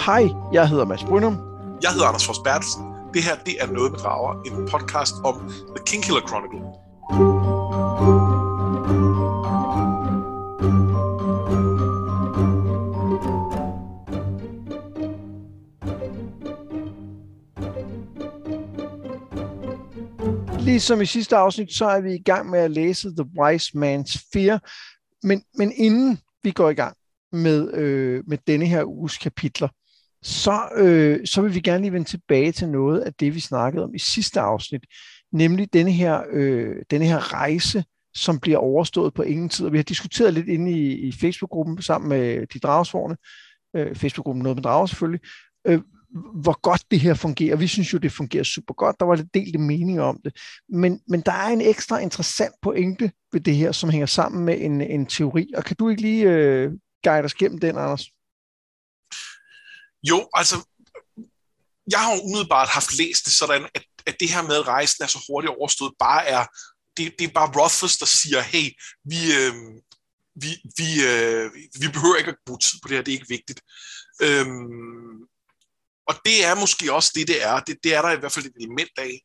Hej, jeg hedder Mads Brynum. Jeg hedder Anders Fors Bertelsen. Det her, det er Noget med Drager, en podcast om The Kingkiller Chronicle. Ligesom i sidste afsnit, så er vi i gang med at læse The Wise Man's Fear. Men inden vi går i gang med denne her uges kapitler, så vil vi gerne lige vende tilbage til noget af det, vi snakkede om i sidste afsnit, nemlig denne her rejse, som bliver overstået på ingen tid. Og vi har diskuteret lidt inde i Facebook-gruppen sammen med de dragesvorne, Facebook-gruppen Noget med Drager selvfølgelig, hvor godt det her fungerer. Vi synes jo, det fungerer super godt. Der var lidt delte meninger om det. Men der er en ekstra interessant pointe ved det her, som hænger sammen med en teori. Og kan du ikke lige guide os gennem den, Anders? Jo, altså, jeg har jo umiddelbart haft læst det sådan, at det her med, at rejsen er så hurtigt overstået, bare er, det er bare Rothfuss, der siger, hey, vi behøver ikke at bruge tid på det her, det er ikke vigtigt. Og det er måske også det er. Det er der i hvert fald et element af.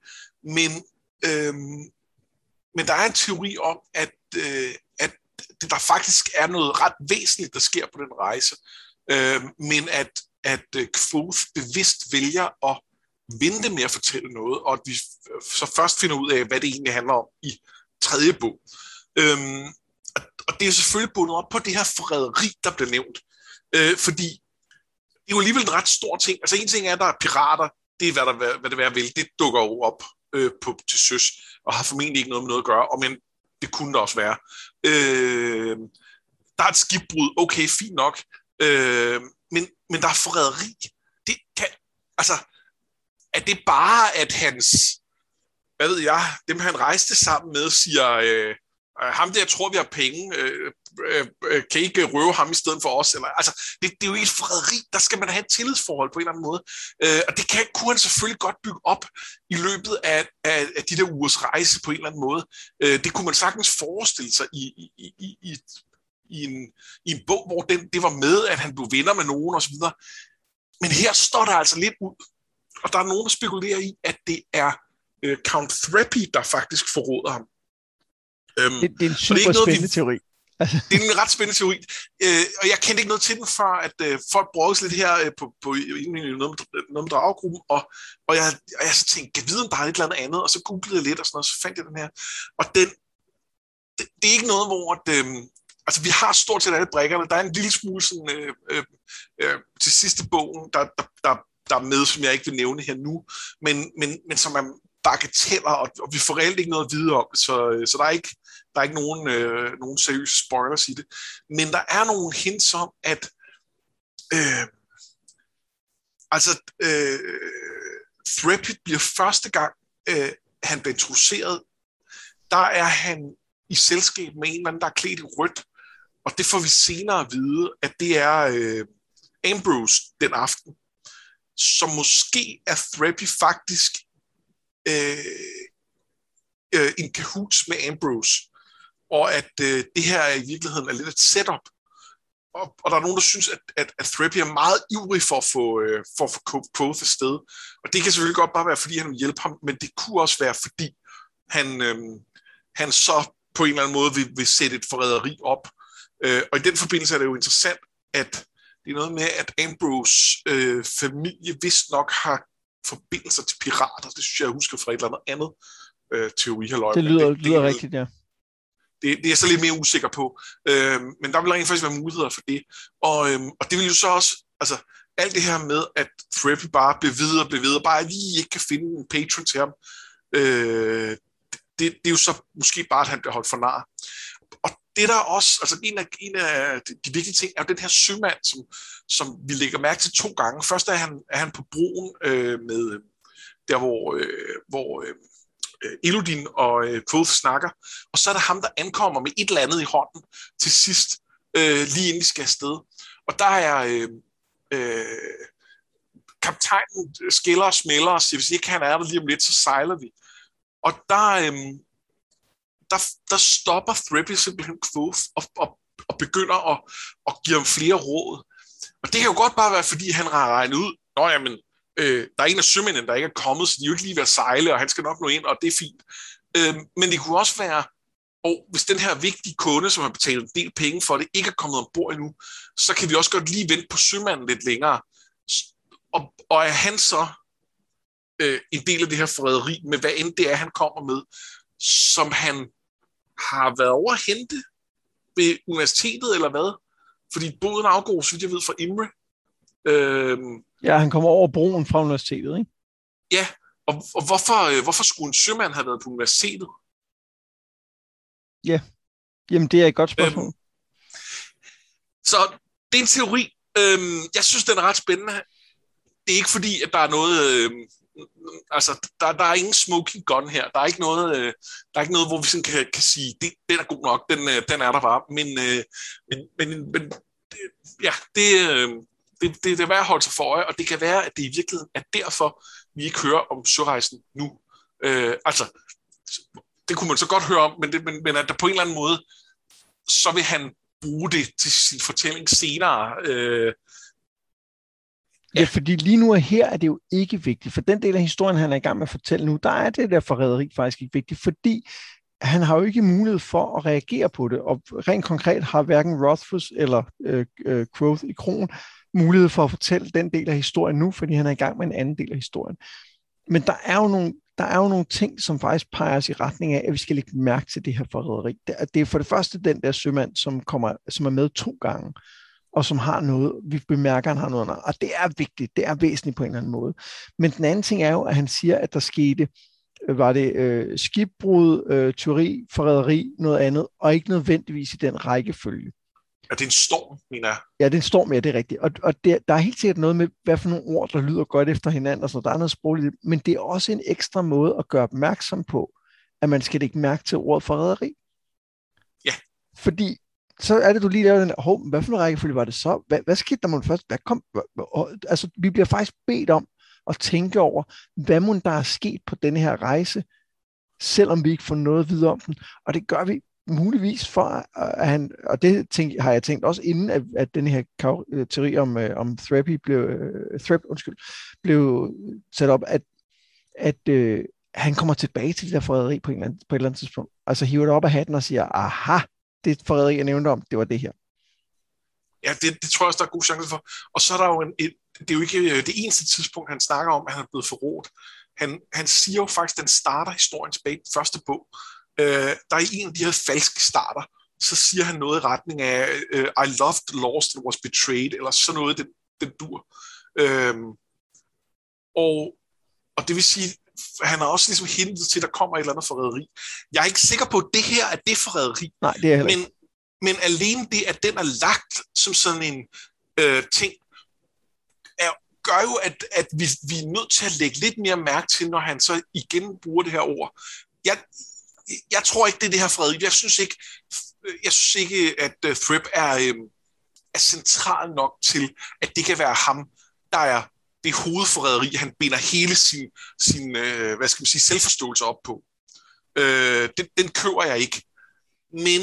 Men der er en teori om, at der faktisk er noget ret væsentligt, der sker på den rejse. Men at Kvothe bevidst vælger at vente med at fortælle noget, og at vi så først finder ud af, hvad det egentlig handler om i tredje bog. Og det er selvfølgelig bundet op på det her forræderi, der bliver nævnt. Fordi det er jo alligevel en ret stor ting. Altså en ting er, at der er pirater, det er hvad det vil. Det dukker jo op til søs, og har formentlig ikke noget med noget at gøre, men det kunne det også være. Der er et skibbrud, okay, fint nok. Men der er forræderi. Det kan, altså, er det bare, at hans, hvad ved jeg, dem han rejste sammen med, siger, ham der tror, vi har penge, kan ikke røve ham i stedet for os? Eller, altså, det er jo ikke et forræderi, der skal man have et tillidsforhold på en eller anden måde. Og det kunne han selvfølgelig godt bygge op i løbet af de der ugers rejse på en eller anden måde. Det kunne man sagtens forestille sig i en bog, hvor det var med, at han blev venner med nogen osv. Men her står der altså lidt ud, og der er nogen, der spekulerer i, at det er Count Threppy, der faktisk forråder ham. Det er en super spændende teori. Det er en ret spændende teori, og jeg kendte ikke noget til den, før at folk brugte lidt her på noget med dragegruppen, og jeg så tænkte, kan vide, om der er et eller andet, og så googlede jeg lidt, og sådan noget, så fandt jeg den her. Og det er ikke noget, hvor altså, vi har stort set alle brækkerne. Der er en lille smule sådan, til sidste bogen, der er med, som jeg ikke vil nævne her nu, men som er bagateller, og vi får reelt ikke noget at vide om det, så der er ikke nogen seriøse spoilers i det. Men der er nogle hints om, at Threppy bliver første gang, han bliver introduceret, der er han i selskab med en eller anden, der er klædt i rødt, og det får vi senere at vide, at det er Ambrose den aften. Så måske er Threppy faktisk en cahoots med Ambrose, og at det her i virkeligheden er lidt et setup. Og der er nogen, der synes, at Threppy er meget ivrig for at få Kvothe afsted. Og det kan selvfølgelig godt bare være, fordi han vil hjælpe ham, men det kunne også være, fordi han så på en eller anden måde vil sætte et forræderi op. Og i den forbindelse er det jo interessant, at det er noget med, at Ambrose familie vist nok har forbindelser til pirater. Det synes jeg husker fra et eller andet teori. Det lyder rigtigt, ja. Det er jeg så lidt mere usikker på. Men der vil rent faktisk være muligheder for det. Og det vil jo så også, altså alt det her med, at Threppy bare bliver videre, bare at vi ikke kan finde en patron til ham, det er jo så måske bare, at han bliver holdt for nar. Og det der også, altså en af de vigtige ting, er jo den her sømand, som vi lægger mærke til 2 gange. Først er han på broen med der, hvor Elodin og Kvothe snakker, og så er der ham, der ankommer med et eller andet i hånden til sidst, lige inden de skal afsted. Og der er kaptajnen skælder og smælder og siger, hvis ikke han er der lige om lidt, så sejler vi. Og der stopper Threppy simpelthen Kvothe og begynder at give ham flere råd. Og det kan jo godt bare være, fordi han har regnet ud, der er en af sømændene, der ikke er kommet, så de er jo ikke lige ved at sejle, og han skal nok nå ind, og det er fint. Men det kunne også være, og hvis den her vigtige kunde, som har betalt en del penge for det, ikke er kommet ombord endnu, så kan vi også godt lige vente på sømanden lidt længere. Og er han så en del af det her forræderi, med hvad end det er, han kommer med, som han har været over at hente ved universitetet, eller hvad? Fordi båden afgår, så vidt jeg ved, fra Imre. Ja, han kommer over broen fra universitetet, ikke? Ja, og hvorfor skulle en sømand have været på universitetet? Ja, jamen det er et godt spørgsmål. Så det er en teori. Jeg synes, den er ret spændende. Det er ikke fordi, at der er noget... der er ingen smoking gun her. Der er ikke noget, hvor vi sådan kan sige, den er god nok, den er der bare. Men ja, det er værd at holde sig for øje, og det kan være, at det i virkeligheden er derfor, vi ikke hører om sørejsen nu. Det kunne man så godt høre om, men at der på en eller anden måde, så vil han bruge det til sin fortælling senere. Ja, fordi lige nu og her er det jo ikke vigtigt. For den del af historien, han er i gang med at fortælle nu, der er det der forræderi faktisk ikke vigtigt, fordi han har jo ikke mulighed for at reagere på det. Og rent konkret har hverken Rothfuss eller Quoth i krogen mulighed for at fortælle den del af historien nu, fordi han er i gang med en anden del af historien. Men der er jo nogle ting, som faktisk peger os i retning af, at vi skal lægge mærke til det her forræderi. Det er for det første den der sømand, som er med 2 gange, og som har noget, vi bemærker, at han har noget andet. Og det er vigtigt, det er væsentligt på en eller anden måde. Men den anden ting er jo, at han siger, at der skete, skibbrud, tyveri, forræderi, noget andet, og ikke nødvendigvis i den rækkefølge. Ja, det er en storm, mener jeg. Ja, det er en storm, ja, det er rigtigt. Og der er helt sikkert noget med, hvad for nogle ord, der lyder godt efter hinanden, og så der er noget sprogligt, men det er også en ekstra måde at gøre opmærksom på, at man skal lægge mærke til ordet forræderi. Ja. Fordi så er det, du lige laver den her, hvad for en rækkefølge var det så? Hvad skete der først? Altså, vi bliver faktisk bedt om at tænke over, hvad må der er sket på denne her rejse, selvom vi ikke får noget videre om den. Og det gør vi muligvis for, at han, og det har jeg tænkt også inden, at den her teori om Threpp blev sat op, at han kommer tilbage til det der forræderi på et eller andet tidspunkt. Altså hiver det op af hatten og siger, aha, det forræderi, jeg nævnte om, det var det her. Ja, det tror jeg også, der er god chance for. Og så er der jo det er jo ikke det eneste tidspunkt, han snakker om, at han er blevet forrådt. Han siger jo faktisk, at den starter historien tilbage i den første bog. Der er en af de her falske starter, så siger han noget i retning af I loved, lost and was betrayed, eller sådan noget, den dur. Og det vil sige, han har også ligesom hintet til, at der kommer et eller andet forræderi. Jeg er ikke sikker på, at det her er det forræderi. Nej, det er heller ikke. Men alene det, at den er lagt som sådan en ting, gør jo, at vi er nødt til at lægge lidt mere mærke til, når han så igen bruger det her ord. Jeg tror ikke, det er det her forræderi. Jeg synes ikke, at Threpp er central nok til, at det kan være ham, der er det hovedforræderi, han binder hele sin hvad skal man sige, selvforståelse op på. Den køber jeg ikke. Men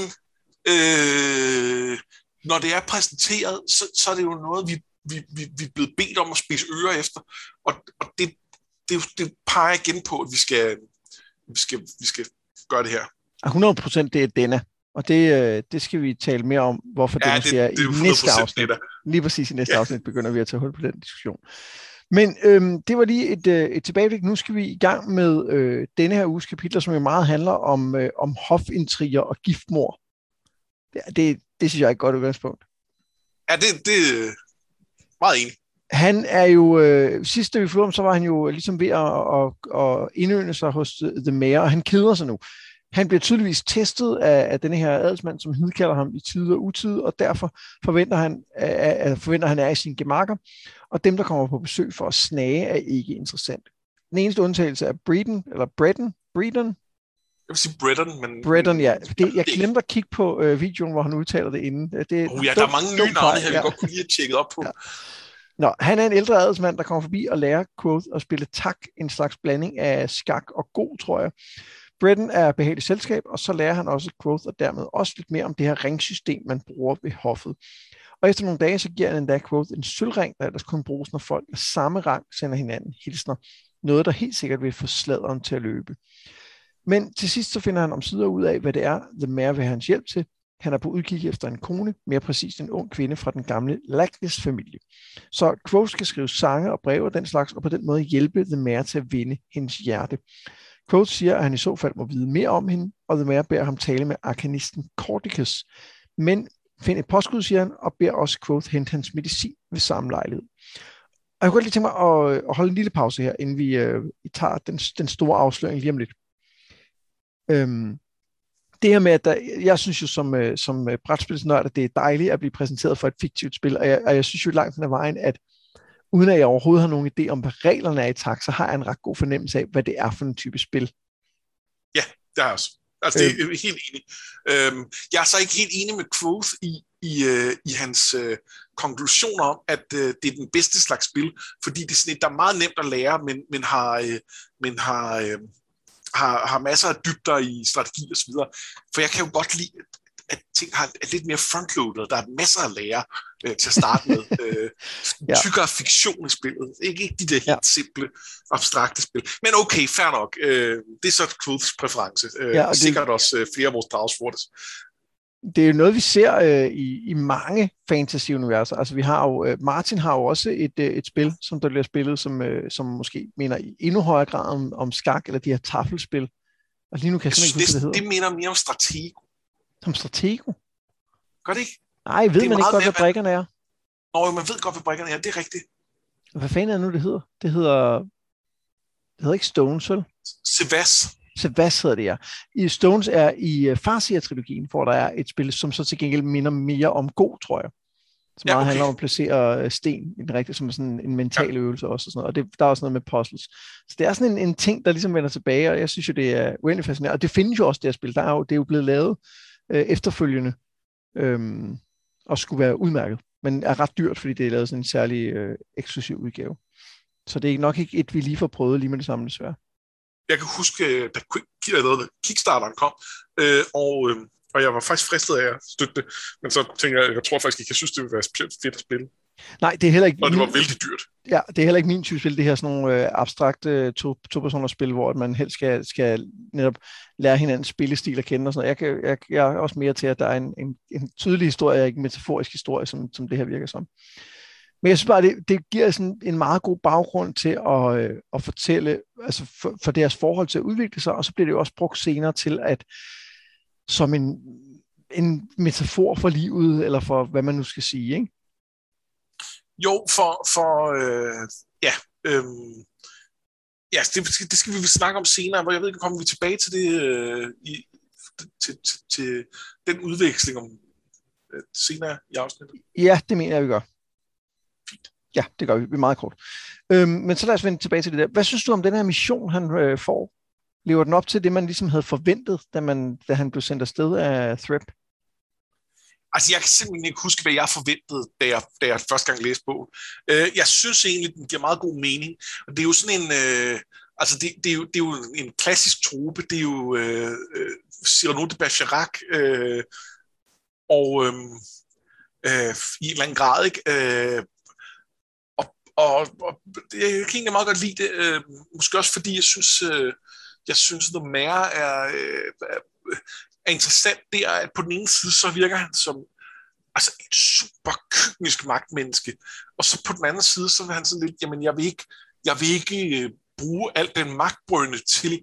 når det er præsenteret, så er det jo noget, vi er blevet bedt om at spise ører efter. Og det peger igen på, at vi skal gøre det her. 100% det er denne. Og det skal vi tale mere om, hvorfor det måske er i næste afsnit. Lige præcis i næste afsnit begynder vi at tage hul på den diskussion. Men det var lige et tilbageblik. Nu skal vi i gang med denne her uges kapitler, som jo meget handler om hofintriger og giftmord. Det synes jeg er et godt udgangspunkt. Ja, det er meget enig. Han er jo, sidst da vi flog om, så var han jo ligesom ved at indøne sig hos The Mayor, og han keder sig nu. Han bliver tydeligvis testet af denne her adelsmand, som hidkalder ham i tide og utide, og derfor forventer han er i sine gemakker, og dem, der kommer på besøg for at snage, er ikke interessant. Den eneste undtagelse er Breton. Jeg vil sige Breton, men... Breton, ja. Jeg glemte at kigge på videoen, hvor han udtaler det inden. Der er mange nye navne her, vi godt kunne lige have tjekket op på. Ja. Nå, han er en ældre adelsmand, der kommer forbi og lærer Quoth at spille tak, en slags blanding af skak og go, tror jeg. Breton er behageligt selskab, og så lærer han også Quoth og dermed også lidt mere om det her ringsystem, man bruger ved hoffet. Og efter nogle dage, så giver han endda Quoth en sølvring, der ellers kun bruges, når folk af samme rang sender hinanden hilsner. Noget, der helt sikkert vil få sladeren til at løbe. Men til sidst så finder han omsider ud af, hvad det er, The Mayor vil have hans hjælp til. Han er på udkig efter en kone, mere præcist en ung kvinde fra den gamle Lagnis-familie. Så Quoth skal skrive sange og breve og den slags, og på den måde hjælpe The Mayor til at vinde hendes hjerte. Quoth siger, at han i så fald må vide mere om hende, og The Mayor beder ham tale med arkanisten Cordicus. Men find et påskud, siger han, og beder også Quoth hente hans medicin ved samme lejlighed. Og jeg kunne godt lige tænke mig at holde en lille pause her, inden vi tager den store afsløring lige om lidt. Det her med, at jeg synes jo som brætspilsnørd, at det er dejligt at blive præsenteret for et fiktivt spil, og jeg synes jo langt hen ad vejen, at uden at jeg overhovedet har nogen idé om, hvad reglerne er i tak, så har jeg en ret god fornemmelse af, hvad det er for en type spil. Ja, det har jeg også. Altså, det er helt enig. Jeg er så ikke helt enig med Quoth i hans konklusion om, at det er den bedste slags spil, fordi det er sådan et, der er meget nemt at lære, men har masser af dybder i strategi og så videre. For jeg kan jo godt lide, at ting er lidt mere frontloadet. Der er masser at lære til at starte med. Tykkere fiktion i spillet. Ikke de der helt simple, abstrakte spil. Men okay, fair nok. Det er så Quoths præference. Og sikkert også flere af vores dragsvortes. Det er jo noget, vi ser i mange fantasy-universer. Altså, vi har jo, Martin har jo også et spil, som der bliver spillet, som måske mener i endnu højere grad om skak, eller de her taffelspil. Og lige nu kan jeg simpelthen ikke huske, hvad det hedder. Det mener mere om Stratego. Som Stratego? Gør det ikke? Nej, ved man ikke godt, hvad brikkerne er? Nå, man ved godt, hvad brikkerne er. Det er rigtigt. Hvad fanden er det nu, det hedder? Det hedder ikke Stones, vel? Sevas hedder det, ja. I Stones er i Farseer-trilogien, hvor der er et spil, som så til gengæld minder mere om Go, tror jeg. Som meget handler om at placere sten i den rigtige, som er sådan en mental øvelse også. Og sådan noget. Og der er også noget med puzzles. Så det er sådan en ting, der ligesom vender tilbage, og jeg synes jo, det er uendelig fascinerende. Og det findes jo også, det her spil. Det er jo blevet lavet efterfølgende, og skulle være udmærket. Men er ret dyrt, fordi det er lavet sådan en særlig eksklusiv udgave. Så det er nok ikke et, vi lige får prøvet lige med det samme, desværre. Jeg kan huske, da Kickstarteren kom, og jeg var faktisk fristet af at støtte det, men så tænker jeg tror faktisk ikke, jeg synes, det ville være specielt fedt at spille. Nej, det er heller ikke... Og det var vældig dyrt. Ja, det er heller ikke min type spil, det her sådan nogle abstrakte to-personers spil, hvor man helst skal netop lære hinandens spillestil at kende og sådan noget. Jeg er også mere til, at der er en tydelig historie, ikke en metaforisk historie, som det her virker som. Men jeg synes bare, det giver sådan en meget god baggrund til at fortælle, altså for deres forhold til at udvikle sig, og så bliver det jo også brugt senere til at som en metafor for livet, eller for hvad man nu skal sige, ikke? Jo, det skal vi snakke om senere, hvor jeg ved ikke, kommer vi tilbage til det til den udveksling om senere i afsnittet. Ja, det mener jeg, vi gør. Fint. Ja, det gør vi. Vi er meget kort. Men så lad os vende tilbage til det der. Hvad synes du om den her mission, han får? Lever den op til det, man ligesom havde forventet, da han blev sendt afsted af Threp? Altså, jeg kan simpelthen ikke huske, hvad jeg forventede, da jeg første gang læste bogen. Jeg synes egentlig, den giver meget god mening. Og det er jo sådan en... det er jo en klassisk trope. Det er jo Cyrano de Bergerac i en eller anden grad, ikke? Og jeg kan egentlig meget godt lide det. Måske også fordi, jeg synes The Mayor er interessant der, at på den ene side, så virker han som et super kynisk magtmenneske, og så på den anden side, så er han sådan lidt, jamen jeg vil ikke bruge alt den magtbrønde til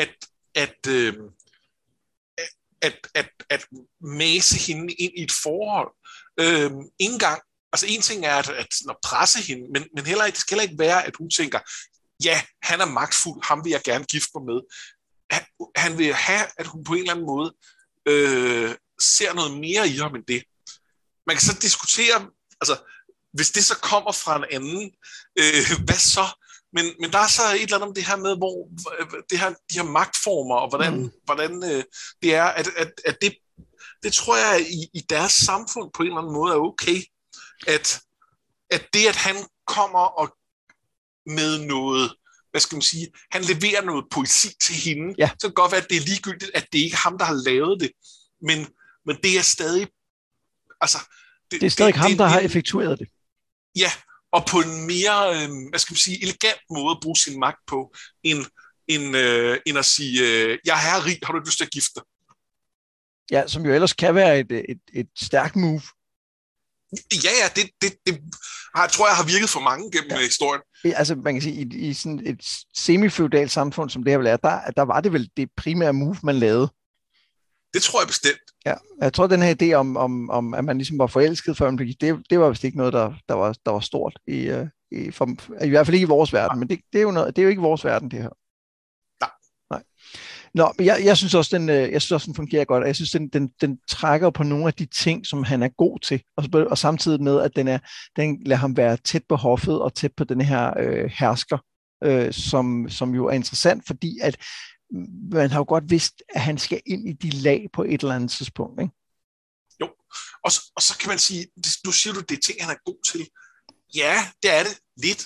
at mase hende ind i et forhold. Ingen gang, altså en ting er at presse hende, men det skal heller ikke være, at hun tænker, ja, han er magtfuld, ham vil jeg gerne gifte mig med. Han vil have, at hun på en eller anden måde ser noget mere i ham end det. Man kan så diskutere, altså, hvis det så kommer fra en anden, hvad så? Men der er så et eller andet om det her med, hvor de her magtformer, og hvordan det er, at det tror jeg i deres samfund på en eller anden måde er okay, at det, at han kommer og med noget, hvad skal man sige, han leverer noget poesi til hende, så kan det godt være, at det er ligegyldigt, at det ikke er ham, der har lavet det, men det er stadig, altså, Det er stadig ham, der har effektueret det. Ja, og på en mere, hvad skal man sige, elegant måde at bruge sin magt på, end at sige, jeg er herrig, har du ikke lyst til at gifte dig? Ja, som jo ellers kan være et stærkt move. Ja, det tror jeg har virket for mange gennem historien. Altså, man kan sige, i sådan et semi-feudalt samfund, som det her vil være, der var det vel det primære move, man lavede. Det tror jeg bestemt. Ja, jeg tror, den her idé om at man ligesom var forelsket, før man blev gift, det var vist ikke noget, der var stort, i hvert fald ikke i vores verden, men det er jo noget, det er jo ikke vores verden, det her. Nej. Nå, men jeg synes også, den fungerer godt, og jeg synes, den trækker på nogle af de ting, som han er god til, og samtidig med, at den lader ham være tæt på hoffet, og tæt på den her hersker, som jo er interessant, fordi at man har jo godt vidst, at han skal ind i de lag på et eller andet tidspunkt, ikke? Jo, og så kan man sige, nu siger du, det er ting, han er god til. Ja, det er det lidt,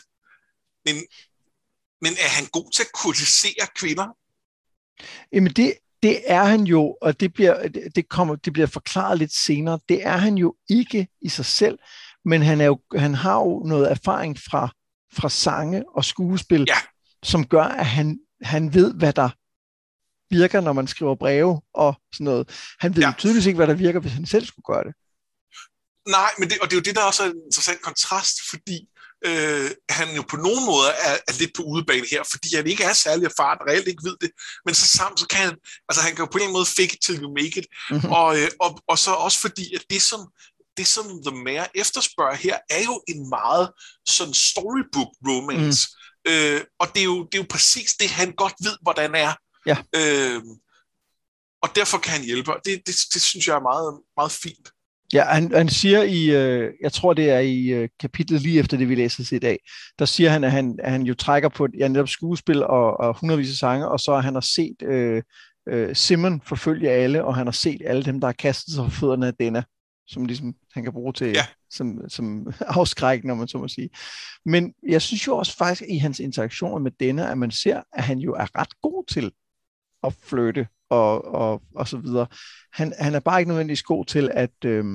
men er han god til at kurtisere kvinder? Jamen det er han jo, og det bliver forklaret lidt senere. Det er han jo ikke i sig selv, men han har jo noget erfaring fra sange og skuespil, som gør, at han ved, hvad der virker, når man skriver breve og sådan noget. Han ved jo tydeligvis ikke, hvad der virker, hvis han selv skulle gøre det. Nej, men det er jo det, der også er en interessant kontrast, fordi han jo på nogen måder er lidt på udebane her, fordi han ikke er særlig erfaren, reelt ikke ved det, men så sammen, så kan han, altså han kan jo på en eller anden måde fake it till you make it, og så også fordi, at det som The Mayor efterspørger her, er jo en meget sådan storybook romance, og det er jo præcis det, han godt ved, hvordan er. Ja. Og derfor kan han hjælpe, og det synes jeg er meget, meget fint. Ja, han siger jeg tror det er i kapitlet lige efter det, vi læser til i dag, der siger han, at han jo trækker på netop skuespil og hundredvis af sange, og så han har set Simon forfølge alle, og han har set alle dem, der har kastet sig for fødderne af Denna, som ligesom han kan bruge til som afskræk, når man så må sige. Men jeg synes jo også faktisk i hans interaktioner med Denna, at man ser, at han jo er ret god til at flytte og så videre. Han er bare ikke nødvendigvis god til at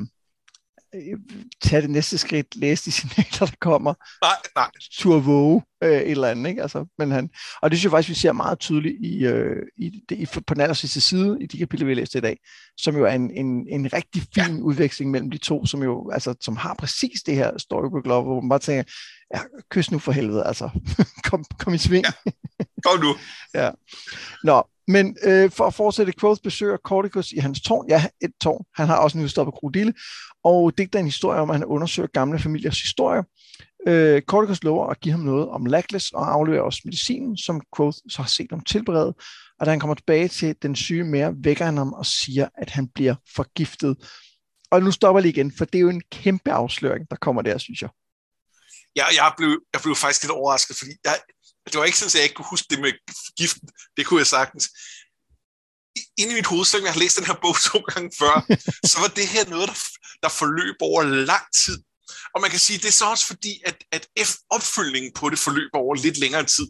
tage det næste skridt, læse de signaler, der kommer. Nej. Turde våge et eller andet, ikke? Altså, og det synes jeg faktisk, vi ser meget tydeligt på den allersidste side i de kapitler, vi har læst i dag, som jo er en rigtig fin udveksling mellem de to, som har præcis det her storybook love, hvor man bare tænker, ja, kys nu for helvede, altså. kom i sving. Ja. Kom nu. Ja. Nå, men for at fortsætte, Quoth besøger Corticus i hans tårn. Ja, et tårn. Han har også en udstoppet krokodille, og digter en historie om, at han undersøger gamle familiers historie. Corticus lover at give ham noget om Lackless, og afleverer også medicinen, som Quoth så har set ham tilberede. Og da han kommer tilbage til den syge Mayor, vækker han ham og siger, at han bliver forgiftet. Og nu stopper jeg lige igen, for det er jo en kæmpe afsløring, der kommer der, synes jeg. Ja, jeg blev faktisk lidt overrasket, fordi det var ikke sådan, at jeg ikke kunne huske det med giften. Det kunne jeg sagtens. Inde i mit hoved, selvom jeg har læst den her bog 2 gange før, så var det her noget, der forløb over lang tid. Og man kan sige, det er så også fordi, at opfølgningen på det forløb over lidt længere tid.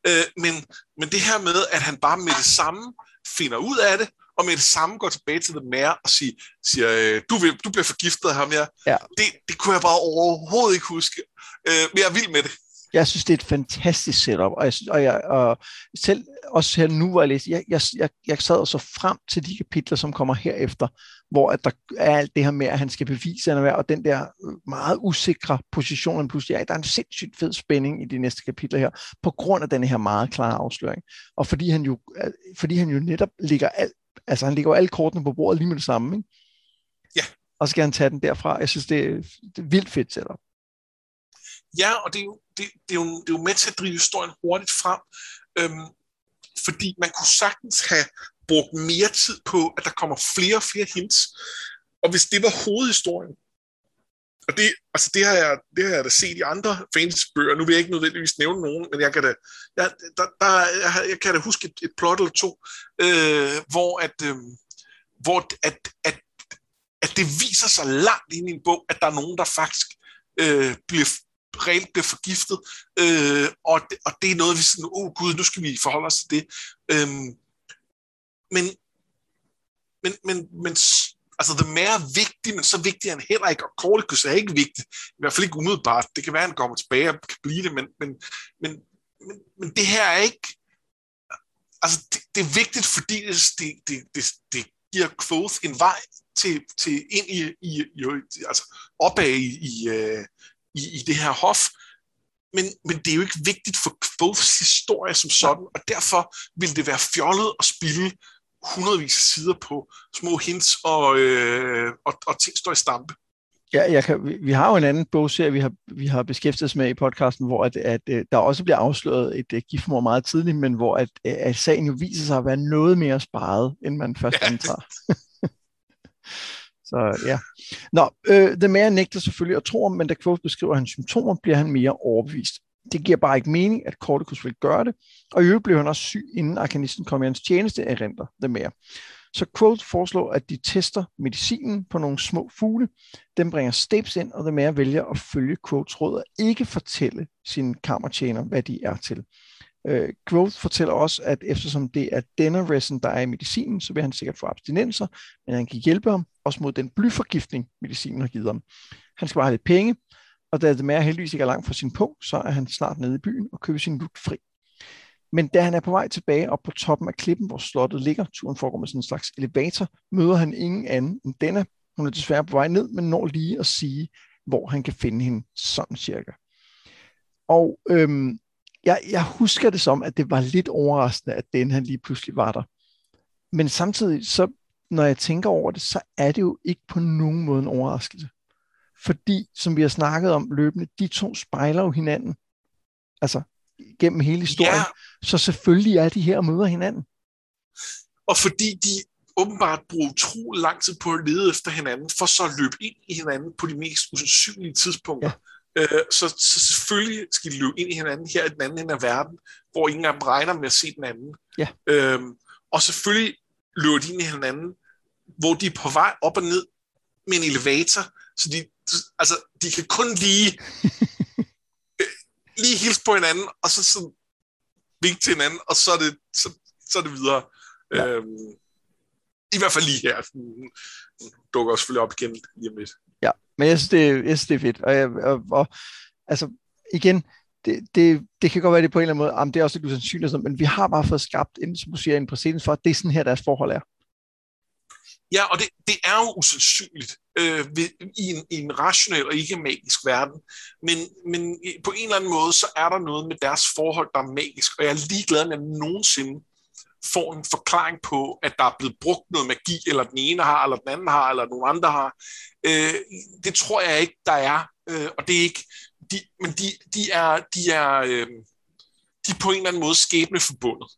Men det her med, at han bare med det samme finder ud af det, og med det samme går tilbage til The Mayor og siger du bliver forgiftet af ham her. Ja. Det kunne jeg bare overhovedet ikke huske. Men jeg er vild med det. Jeg synes, det er et fantastisk setup, og selv også her nu, hvor jeg læste, jeg sad og så frem til de kapitler, som kommer herefter, hvor at der er alt det her med, at han skal bevise, at han er, og den der meget usikre position, han pludselig er. Der er en sindssygt fed spænding i de næste kapitler her, på grund af den her meget klare afsløring. Og fordi han jo netop lægger han lægger alle kortene på bordet lige med det samme, ikke? Ja. Og så skal han tage den derfra. Jeg synes, det er vildt fedt setup. Ja, og det er jo med til at drive historien hurtigt frem, fordi man kunne sagtens have brugt mere tid på, at der kommer flere og flere hints. Og hvis det var hovedhistorien, og det har jeg da set i andre fantasy-bøger, nu vil jeg ikke nødvendigvis nævne nogen, men jeg kan da huske et plot eller to, hvor det viser sig langt ind i en bog, at der er nogen, der faktisk reelt bliver forgiftet, og det er noget, vi sådan, gud, nu skal vi forholde os til det. Men Altså, The Mayor er vigtig, men så vigtig er han heller ikke, og Colicus er ikke vigtig. I hvert fald ikke umiddelbart. Det kan være, at han kommer tilbage og kan blive det, men det her er ikke... Altså, det er vigtigt, fordi det giver Kvothe en vej til ind altså opad i det her hof, men det er jo ikke vigtigt for Kvothes historie som sådan, og derfor vil det være fjollet at spille hundredvis af sider på små hints og ting står i stampe. Ja, vi har jo en anden bogserie, vi har beskæftiget os med i podcasten, hvor at der også bliver afsløret et giftmord meget tidligt, men hvor at sagen jo viser sig at være noget mere sparet, end man først antager. Så ja. Nå, The Mayor nægter selvfølgelig at tro ham, men da Kvothe beskriver hans symptomer, bliver han mere overbevist. Det giver bare ikke mening, at Colicus vil gøre det, og i øvrigt blev han også syg, inden arkanisten kom i hans tjeneste, erindrer The Mayor. Så Kvothe foreslår, at de tester medicinen på nogle små fugle. Den bringer Stapes ind, og The Mayor vælger at følge Quothes råd og ikke fortælle sine kammertjener, hvad de er til. Kvothe fortæller også, at eftersom det er denne resin, der er i medicinen, så vil han sikkert få abstinenser, men han kan hjælpe ham, også mod den blyforgiftning, medicinen har givet ham. Han skal bare have lidt penge, og da The Mayor heldigvis ikke er langt fra sin punkt, så er han snart nede i byen og køber sin lut fri. Men da han er på vej tilbage op på toppen af klippen, hvor slottet ligger, turen foregår med sådan en slags elevator, møder han ingen anden end denne. Hun er desværre på vej ned, men når lige at sige, hvor han kan finde hende, sådan cirka. Og jeg husker det som, at det var lidt overraskende, at den han lige pludselig var der. Men samtidig, så når jeg tænker over det, så er det jo ikke på nogen måde en overraskelse. Fordi, som vi har snakket om løbende, de to spejler jo hinanden. Altså, gennem hele historien. Ja. Så selvfølgelig er de her og møder hinanden. Og fordi de åbenbart bruger utrolig lang tid på at lede efter hinanden, for så at løbe ind i hinanden på de mest usandsynlige tidspunkter. Ja. Så selvfølgelig skal de løbe ind i hinanden her i den anden ende af verden, hvor ingen af dem regner med at se den anden. Ja. Og selvfølgelig løber de ind i hinanden, hvor de er på vej op og ned med en elevator, så de kan kun lige hilse på hinanden, og så sådan vinke til hinanden, og så er det videre. Ja. I hvert fald lige her. Den dukker også selvfølgelig op igen lige om lidt. Ja, men jeg synes, det er fedt. Og altså, igen, det kan godt være, det på en eller anden måde, det er også lidt usandsynligt, men vi har bare fået skabt, som du siger, en præcedens for, at det er sådan her, deres forhold er. Ja, og det er jo usandsynligt i en rationel og ikke magisk verden, men på en eller anden måde, så er der noget med deres forhold, der er magisk, og jeg er ligeglad med, at jeg nogensinde får en forklaring på, at der er blevet brugt noget magi, eller den ene har, eller den anden har, eller nogen andre har. Det tror jeg ikke, der er, og det er ikke, de er på en eller anden måde skæbneforbundet.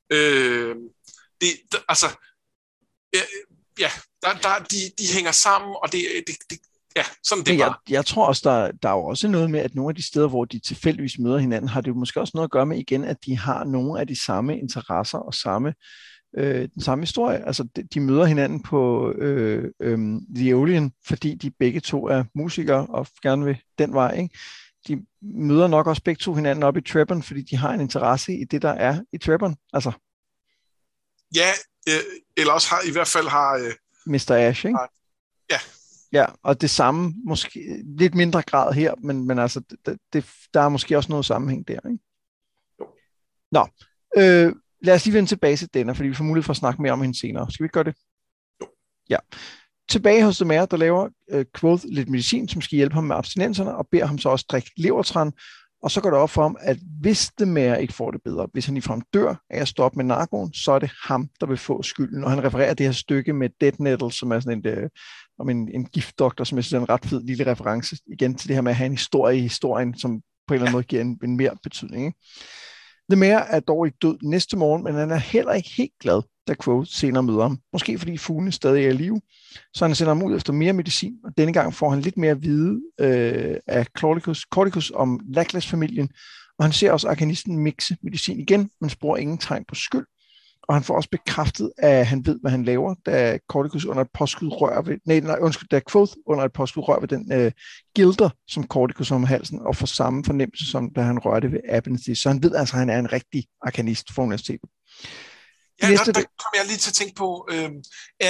De hænger sammen, og ja, sådan det bare. Jeg tror også, der er jo også noget med, at nogle af de steder, hvor de tilfældigvis møder hinanden, har det jo måske også noget at gøre med igen, at de har nogle af de samme interesser og den samme historie. Altså, de møder hinanden på The Aeolian, fordi de begge to er musikere og gerne vil den vej, ikke? De møder nok også begge to hinanden op i Trebon, fordi de har en interesse i det, der er i Trebon. Altså. Ja, eller også i hvert fald har... Mr. Ash, ikke? Ja. Ja, og det samme, måske lidt mindre grad her, men altså, der er måske også noget sammenhæng der, ikke? Jo. Nå, lad os lige vende tilbage til denne, fordi vi får mulighed for at snakke mere om hende senere. Skal vi ikke gøre det? Jo. Ja. Tilbage hos The Mayor, der laver Kvothe lidt medicin, som skal hjælpe ham med abstinenserne, og beder ham så også drikke levertran. Og så går det op for ham, at hvis The Mayor ikke får det bedre, hvis han ligefrem dør af at stoppe med narkoen, så er det ham, der vil få skylden. Og han refererer det her stykke med Dead Nettle, som er sådan om en giftdoktor, som jeg synes er en ret fed lille reference igen til det her med at have en historie i historien, som på en eller anden måde giver en mere betydning. Ikke? The Mayor er dog ikke død næste morgen, men han er heller ikke helt glad, da Kvothe senere møder ham. Måske fordi fuglene stadig er i live, så han sender ham ud efter mere medicin, og denne gang får han lidt mere at vide af Colicus om Lackless-familien, og han ser også arkanisten mixe medicin igen, men sporer ingen tegn på skyld. Og han får også bekræftet, at han ved, hvad han laver, da Colicus under et påskud rører ved... da Kvothe under et påskud rører ved den gilder, som Colicus om halsen, og får samme fornemmelse, som da han rørte ved Abernethy. Så han ved altså, at han er en rigtig arkanist for universitetet. Ja, der kom jeg lige til at tænke på,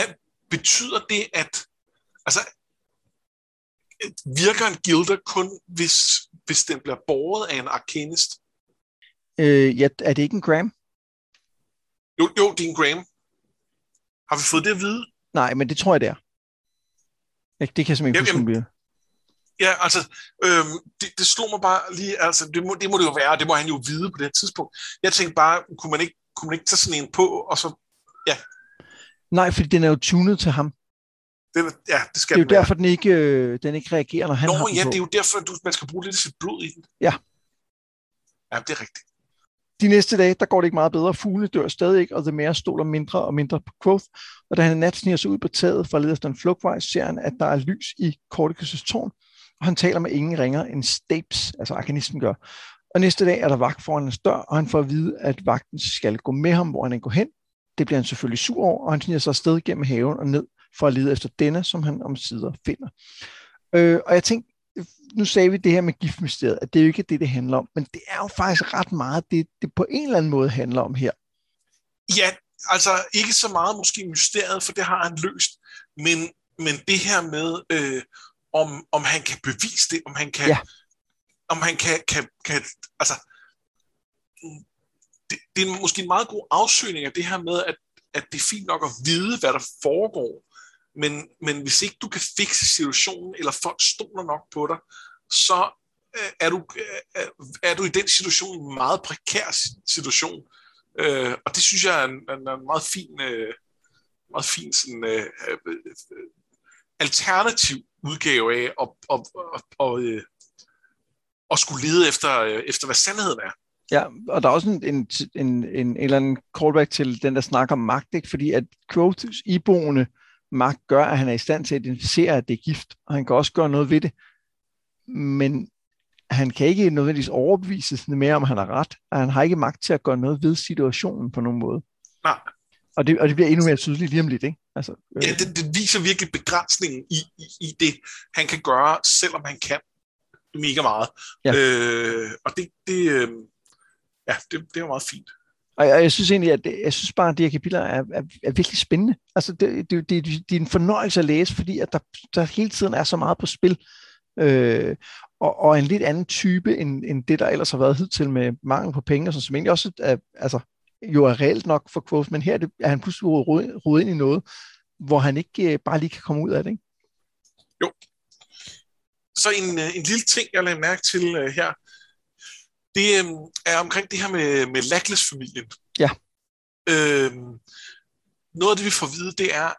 betyder det, at altså, virker en gilder kun, hvis den bliver båret af en arcanist? Ja, er det ikke en Graham? Jo, det er en Graham. Har vi fået det at vide? Nej, men det tror jeg, det er. Det kan jeg simpelthen ikke huske, Ja, altså, det slog mig bare lige, altså, det må det jo være, det må han jo vide på det her tidspunkt. Jeg tænkte bare, kunne man ikke tage sådan en på, og så, ja. Nej, fordi den er jo tunet til ham. Det skal det er jo derfor, den ikke reagerer, når han har den på. Det er jo derfor, man skal bruge lidt af sit blod i den. Ja. Ja, det er rigtigt. De næste dage, der går det ikke meget bedre. Fuglene dør stadig ikke, og The Mayor stoler mindre og mindre på Quoth. Og da han nat sniger sig ud på taget for at lede efter en flugtvej, ser han, at der er lys i Corticus' tårn, og han taler med ingen ringer end Stapes, altså arkanisten gør. Og næste dag er der vagt foran hans dør, og han får at vide, at vagten skal gå med ham, hvor han går hen. Det bliver han selvfølgelig sur over, og han sniger sig afsted gennem haven og ned for at lede efter denne, som han omsider finder. Og jeg tænkte, nu sagde vi det her med giftmysteriet, at det er jo ikke det handler om, men det er jo faktisk ret meget, det på en eller anden måde handler om her. Ja, altså ikke så meget måske mysteriet, for det har han løst, men det her med, om han kan bevise det, om han kan, ja. Om han kan altså, det er måske en meget god afsøgning af det her med, at det er fint nok at vide, hvad der foregår, men hvis ikke du kan fikse situationen, eller folk stoler nok på dig, så er du i den situation en meget prekær situation. Og det synes jeg er en meget fin sådan, alternativ udgave af at skulle lede efter, hvad sandheden er. Ja, og der er også en eller anden callback til den, der snakker om magt, ikke? Fordi at Quoths iboende magt gør, at han er i stand til at identificere, at det er gift, og han kan også gøre noget ved det. Men han kan ikke nødvendigvis overbevise mere, om han har ret, og han har ikke magt til at gøre noget ved situationen på nogen måde. Nej. Og det bliver endnu mere tydeligt lige om lidt, ikke? Altså, Ja, det viser virkelig begrænsningen i det, han kan gøre, selvom han kan mega meget. Ja. Og det er meget fint. Og jeg synes egentlig, at de her kapitler er virkelig spændende. Altså, det er en fornøjelse at læse, fordi at der hele tiden er så meget på spil. Og en lidt anden type, end det, der ellers har været hidtil med mangel på penge, som egentlig også jo er reelt nok for Quoth, men her er han pludselig rodet ind i noget, hvor han ikke bare lige kan komme ud af det, ikke? Jo. Så en lille ting, jeg lagde mærke til her, det er omkring det her med Lackless-familien. Ja. Noget af det, vi får at vide, det er,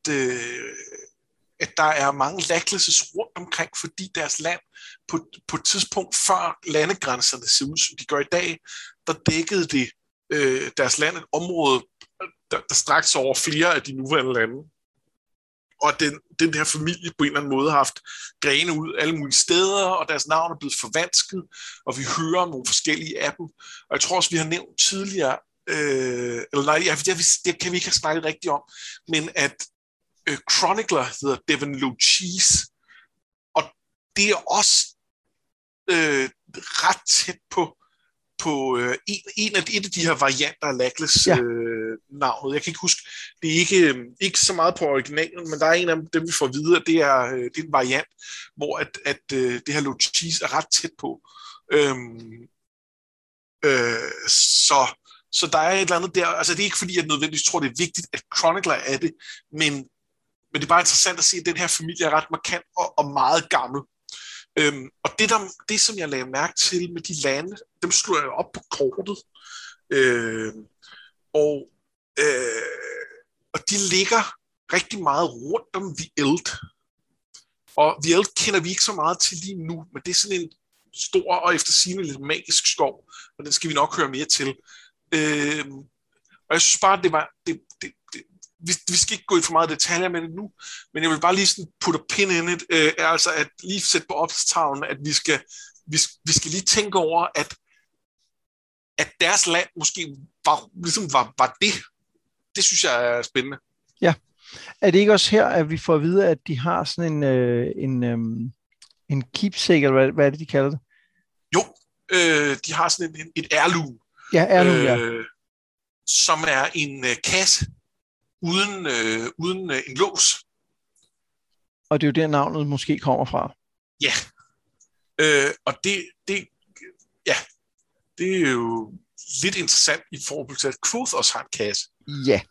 at der er mange Lacklesses rundt omkring, fordi deres land på et tidspunkt før landegrænserne ser ud, som de gør i dag, der dækkede det deres land et område, der strakte sig over flere af de nuværende lande. Og den her familie på en eller anden måde har haft grene ud alle mulige steder, og deres navn er blevet forvansket, og vi hører nogle forskellige af dem. Og jeg tror også, vi har nævnt tidligere, eller nej, det kan vi ikke have snakket rigtigt om, men at Chronicler hedder Devon Lo'Cheese, og det er også ret tæt på et af de her varianter af Lackless navnet. Jeg kan ikke huske, det er ikke så meget på originalen, men der er en af dem, vi får at vide, at det er en variant, hvor at det her Lo'Cheese er ret tæt på. Så der er et eller andet der, altså det er ikke fordi, jeg nødvendigvis tror, det er vigtigt, at Chronicler er det, men det er bare interessant at se, at den her familie er ret markant og meget gammel. Og det, som jeg lagde mærke til med de lande, dem slår jeg op på kortet. Og de ligger rigtig meget rundt om The Eld. Og The Eld kender vi ikke så meget til lige nu, men det er sådan en stor og eftersigende lidt magisk skov, og den skal vi nok høre mere til. Og jeg synes bare, vi skal ikke gå i for meget detaljer med det nu, men jeg vil bare lige sådan putte a pin in it, altså at lige sætte på opstavlen, at vi skal lige tænke over, at deres land måske var det. Det synes jeg er spændende. Ja. Er det ikke også her, at vi får at vide, at de har sådan en keepsake, eller hvad er det, de kalder det? Jo, de har sådan et heirloom. Ja, heirloom, ja. Som er en kasse, uden en lås. Og det er jo der navnet måske kommer fra. Ja, og det er jo lidt interessant i forhold til, at Quoth også har en kasse. Ja,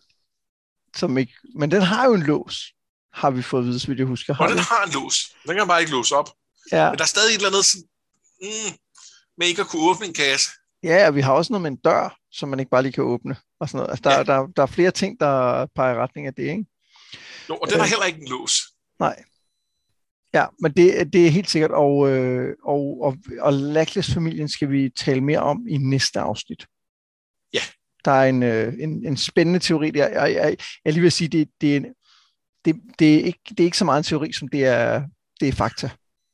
men den har jo en lås, har vi fået at vide, så vidt jeg husker. Og den har en lås. Den kan man bare ikke låse op. Ja. Men der er stadig et eller andet sådan, med ikke at kunne åbne en kasse. Ja, og vi har også noget med en dør, som man ikke bare lige kan åbne. Og sådan noget. Altså, der er flere ting, der peger i retning af det, ikke? Jo, og den har heller ikke en lås. Nej. Ja, men det er helt sikkert, og Lackless-familien skal vi tale mere om i næste afsnit. Ja. Der er en spændende teori der. Jeg lige vil sige, det er ikke så meget en teori, som det er fakta.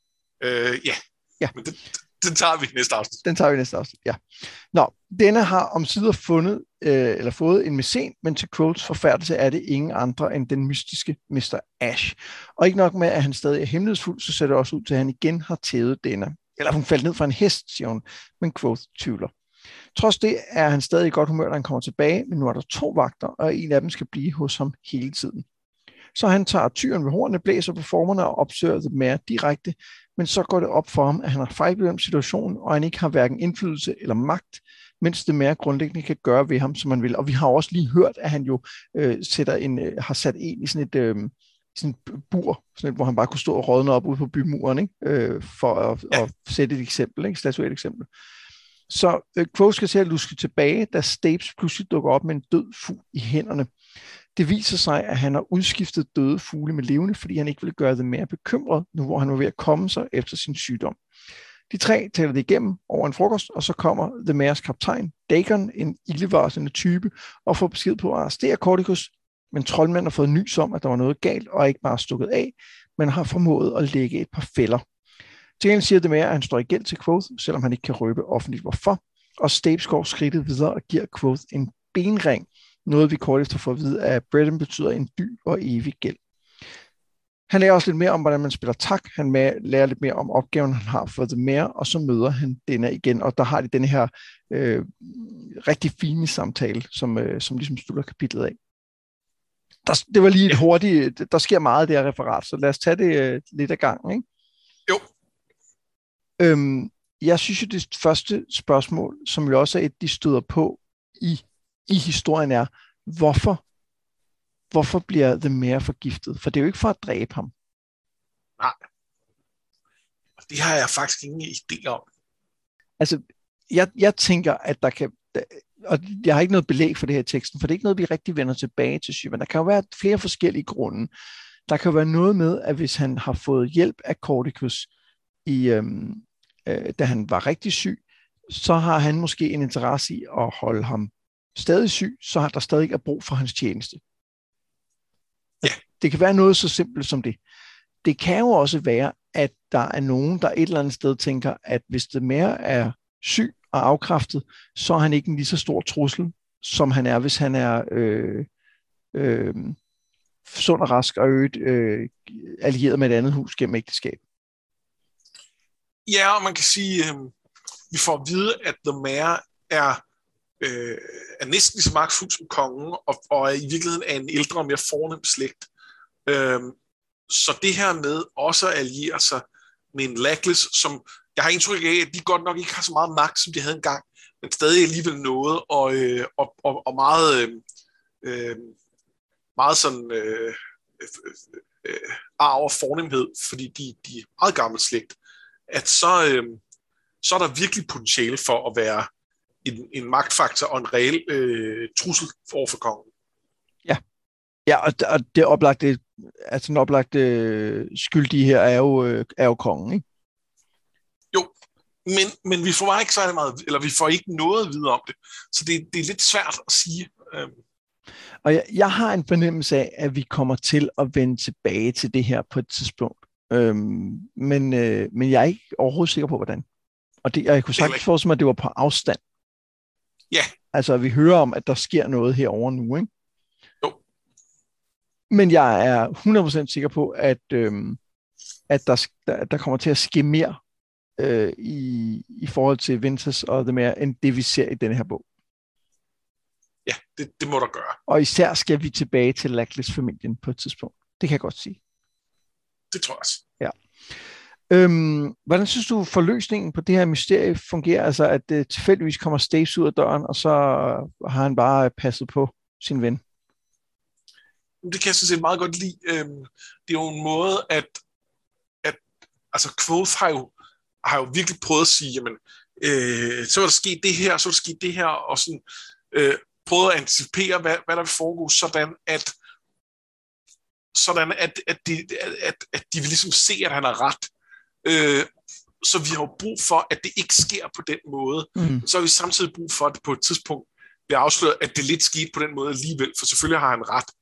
Ja. Men den tager vi i næste afsnit. Den tager vi i næste afsnit, ja. Nå, denne har omsider fået en mæcen, men til Quoths forfærdelse er det ingen andre end den mystiske Mr. Ash. Og ikke nok med, at han stadig er hemmelighedsfuld, så ser det også ud til, at han igen har tævet denne. Eller hun faldt ned fra en hest, siger hun, men Quoth tvivler. Trods det er han stadig i godt humør, når han kommer tilbage, men nu er der 2 vagter, og en af dem skal blive hos ham hele tiden. Så han tager tyren ved hornene, blæser på formerne og opsøger det mere direkte, men så går det op for ham, at han har fejlbedømt situationen, og han ikke har hverken indflydelse eller magt, mens det mere grundlæggende kan gøre ved ham, som han vil. Og vi har også lige hørt, at han jo har sat en i sådan et bur, hvor han bare kunne stå og rådne op ude på bymuren, ikke? For at sætte et eksempel, ikke? Statuere et eksempel. Så Quoth skal til at luske tilbage, da Stapes pludselig dukker op med en død fugl i hænderne. Det viser sig, at han har udskiftet døde fugle med levende, fordi han ikke vil gøre det mere bekymret, nu hvor han var ved at komme sig efter sin sygdom. De 3 taler det igennem over en frokost, og så kommer The Mares kaptajn, Dagon, en ildevarslende type, og får besked på at arrestere Corycus, men troldmanden har fået nys om, at der var noget galt, og ikke bare stukket af, men har formået at lægge et par fælder. Til gengæld siger The Mare, at han står i gæld til Quoth, selvom han ikke kan røbe offentligt hvorfor, og Stapes går skridtet videre og giver Quoth en benring, noget vi kort efter får at vide, at Breton betyder en dyb og evig gæld. Han lærer også lidt mere om, hvordan man spiller tak. Han lærer lidt mere om opgaven, han har for The Mare, og så møder han denne igen, og der har de denne her rigtig fine samtale, som ligesom slutter kapitlet af. Det var lige et hurtigt, der sker meget af det her referat, så lad os tage det lidt af gangen, ikke? Jo. Jeg synes jo, det første spørgsmål, som jo også er et, de støder på i historien er, hvorfor bliver The Mare forgiftet? For det er jo ikke for at dræbe ham. Nej. Det har jeg faktisk ingen idé om. Altså, jeg tænker, at der kan, og jeg har ikke noget belæg for det her i teksten, for det er ikke noget, vi rigtig vender tilbage til syg, men der kan jo være flere forskellige grunde. Der kan jo være noget med, at hvis han har fået hjælp af Corycus, da han var rigtig syg, så har han måske en interesse i at holde ham stadig syg, så har der stadig er brug for hans tjeneste. Ja. Det kan være noget så simpelt som det. Det kan jo også være, at der er nogen, der et eller andet sted tænker, at hvis det mere er syg og afkræftet, så er han ikke en lige så stor trussel, som han er, hvis han er sund og rask og allieret med et andet hus gennem ægteskab. Ja, og man kan sige, vi får at vide, at The Mare er næsten lige så magtfuld som kongen, og er i virkeligheden er en ældre og mere fornem slægt. Så det her med også at alliere sig med en Lackless, som jeg har indtryk af, at de godt nok ikke har så meget magt, som de havde engang, men stadig alligevel noget, og meget sådan arv og fornemhed, fordi de er meget gammel slægt, at så er der virkelig potentiale for at være en magtfaktor og en reel trussel over for kongen. Ja, og det oplagte, altså den oplagte skyldige her er jo kongen, ikke? Jo, men vi får ikke særlig meget, eller vi får ikke noget at vide om det, så det er lidt svært at sige. Og jeg har en fornemmelse af, at vi kommer til at vende tilbage til det her på et tidspunkt, men jeg er ikke overhovedet sikker på, hvordan. Og jeg kunne sagtens forestille mig, at det var på afstand. Ja. Altså, at vi hører om, at der sker noget herovre nu, ikke? Jo. Men jeg er 100% sikker på, at der kommer til at ske mere i forhold til Ventress og The Mare, end det vi ser i denne her bog. Ja, det må der gøre. Og især skal vi tilbage til Lackless-familien på et tidspunkt. Det kan jeg godt sige. Det tror jeg også. Ja. Hvordan synes du, forløsningen på det her mysterie fungerer? Altså, at tilfældigvis kommer Stapes ud af døren, og så har han bare passet på sin ven. Det kan jeg sådan set meget godt lide. Det er jo en måde, at altså Quoth har jo virkelig prøvet at sige, jamen, så var der sket det her, så var der sket det her, og sådan prøvet at anticipere, hvad der vil foregå, sådan at de vil ligesom se, at han har ret. Så vi har jo brug for, at det ikke sker på den måde. Så har vi samtidig brug for, at det på et tidspunkt bliver afsløret, at det lidt skete på den måde alligevel, for selvfølgelig har han ret.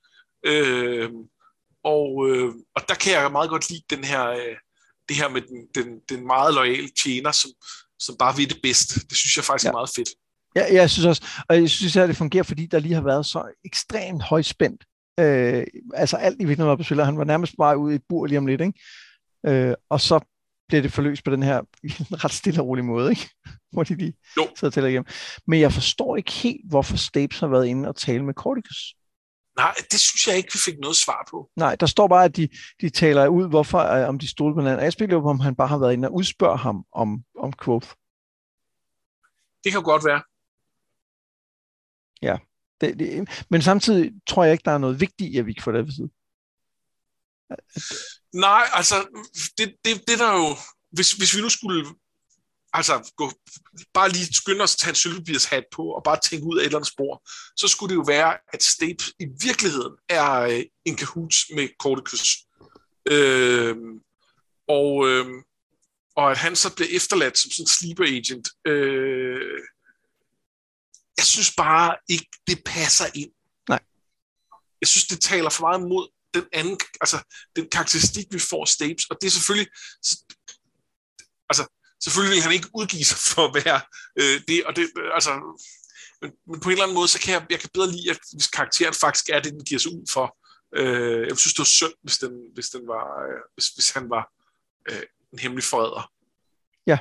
Og der kan jeg meget godt lide det her med den meget loyale tjener, som bare ved det bedste. Det synes jeg faktisk er meget fedt. Ja, jeg synes også, og jeg synes at det fungerer, fordi der lige har været så ekstremt højspændt. Altså alt i virkeligheden var på spiller. Han var nærmest bare ude i et bur lige om lidt, ikke? Og så bliver det forløst på den her ret stille og rolig måde, ikke? Hvor de lige sidder til igennem. Men jeg forstår ikke helt, hvorfor Stapes har været inde og tale med Cordicus. Nej, det synes jeg ikke, vi fik noget svar på. Nej, der står bare, at de taler ud, hvorfor, om de stod på hinanden. Og jeg spiller på, om han bare har været inde og udspørge ham om Quoth. Det kan godt være. Ja. Men samtidig tror jeg ikke, der er noget vigtigt i, at vi ikke får det at vide. Nej, altså, det der jo... Hvis vi nu skulle bare lige skynde os at tage en sølvpapirshat på, og bare tænke ud af et eller andet spor, så skulle det jo være, at Stapes i virkeligheden er en cahoots med Cordicus. Og at han så bliver efterladt som sådan en sleeper agent. Jeg synes bare ikke, det passer ind. Nej. Jeg synes, det taler for meget mod den anden, altså den karakteristik, vi får Stapes, og det er selvfølgelig, selvfølgelig vil han ikke udgive sig for at være det, og det, altså, men på en eller anden måde, så kan jeg kan bedre lide, at hvis karakteren faktisk er det, den giver sig ud for. Jeg synes, det var synd, hvis han var en hemmelig forræder. Ja.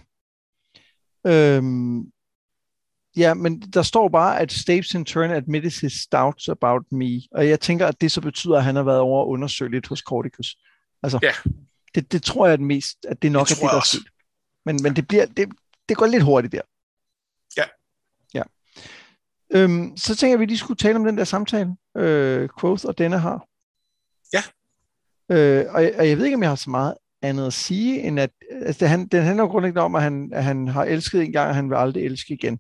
Ja, men der står bare, at Stapes in turn admitted his doubts about me, og jeg tænker, at det så betyder, at han har været over at undersøge lidt hos Cordicus. Altså, ja. Det tror jeg at det nok er det, der er sket. Men det går lidt hurtigt der. Ja. Ja. Så tænker jeg, at vi lige skulle tale om den der samtale, Quoth og denne har. Ja. Og jeg ved ikke, om jeg har så meget andet at sige, end at altså, den handler grundlæggende om, at han har elsket en gang, og han vil aldrig elske igen.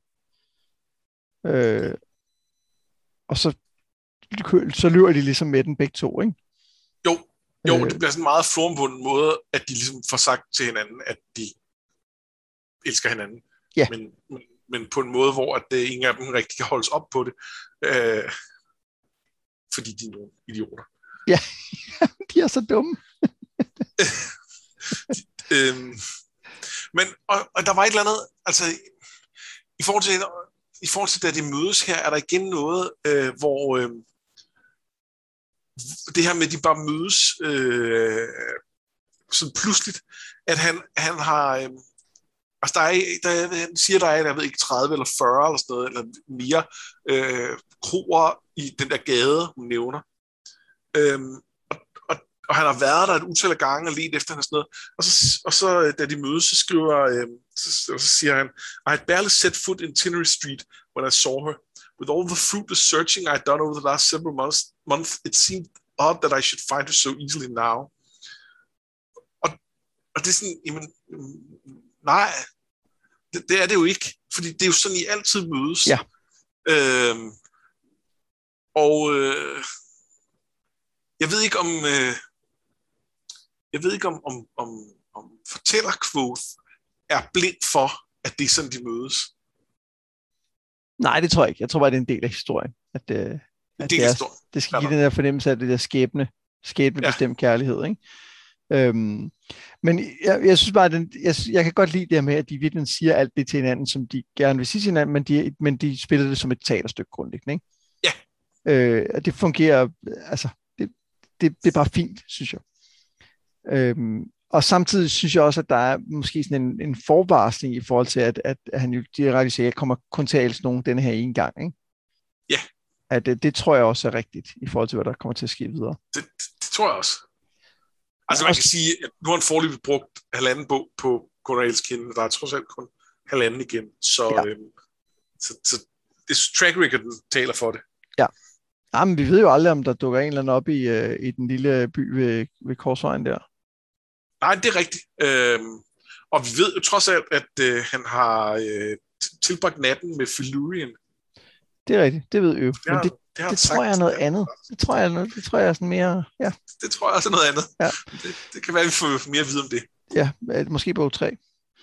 Og så løber de ligesom med den begge to, ikke? Jo, det bliver sådan en meget formbunden måde, at de ligesom får sagt til hinanden, at de elsker hinanden. Ja. Men på en måde, hvor at ingen af dem rigtig kan holdes op på det. Fordi de er nogle idioter. Ja, de er så dumme. Men og der var et eller andet, altså i forhold til da de mødes her, er der igen noget, hvor det her med, at de bare mødes sådan pludseligt, at han har altså han siger, der er, jeg ved ikke, 30 eller 40 eller sådan noget, eller mere kroer i den der gade, hun nævner. Og han har været der et utal af gange og let efter hende og sådan noget. Og så da de mødes, så skriver, så siger han, I had barely set foot in Tinnery Street when I saw her. With all the fruitless searching I'd done over the last several months, it seemed odd that I should find her so easily now. Og det er sådan, jamen, nej, det er det jo ikke, fordi det er jo sådan, I altid mødes. Ja. Jeg ved ikke om fortæller Quoth er blind for, at det er sådan, de mødes. Nej, det tror jeg ikke. Jeg tror bare, det er en del af historien. At det skal give den der fornemmelse af det der skæbne bestemt kærlighed, ikke? Men jeg synes bare, at jeg kan godt lide det her med, at de virkelig siger alt det til hinanden, som de gerne vil sige til hinanden, men de spiller det som et teaterstykke grundlæggende, ikke? Ja. Det fungerer, altså, det er bare fint, synes jeg. Og samtidig synes jeg også, at der er måske sådan en forvarsling i forhold til, at han jo direkte siger, at jeg kommer kun til at elske nogen denne her ene gang, ikke? Ja. at det tror jeg også er rigtigt, i forhold til, hvad der kommer til at ske videre. Det tror jeg også. Altså man kan sige, at nu har han foreløbig brugt 1,5 bog på Cornels Kind, og der er trods alt kun 1,5 igen. Så, så det track record taler for det. Ja. Men vi ved jo aldrig, om der dukker en eller anden op i den lille by ved Korsvejen der. Nej, det er rigtigt. Og vi ved jo trods alt, at han har tilbragt natten med Felurian. Det er rigtigt, det ved vi jo. Men det tror jeg er noget andet. Det tror jeg er sådan mere... Ja. Det tror jeg også er noget andet. Ja. Det kan være, at vi får mere at vide om det. Ja, måske bog 3.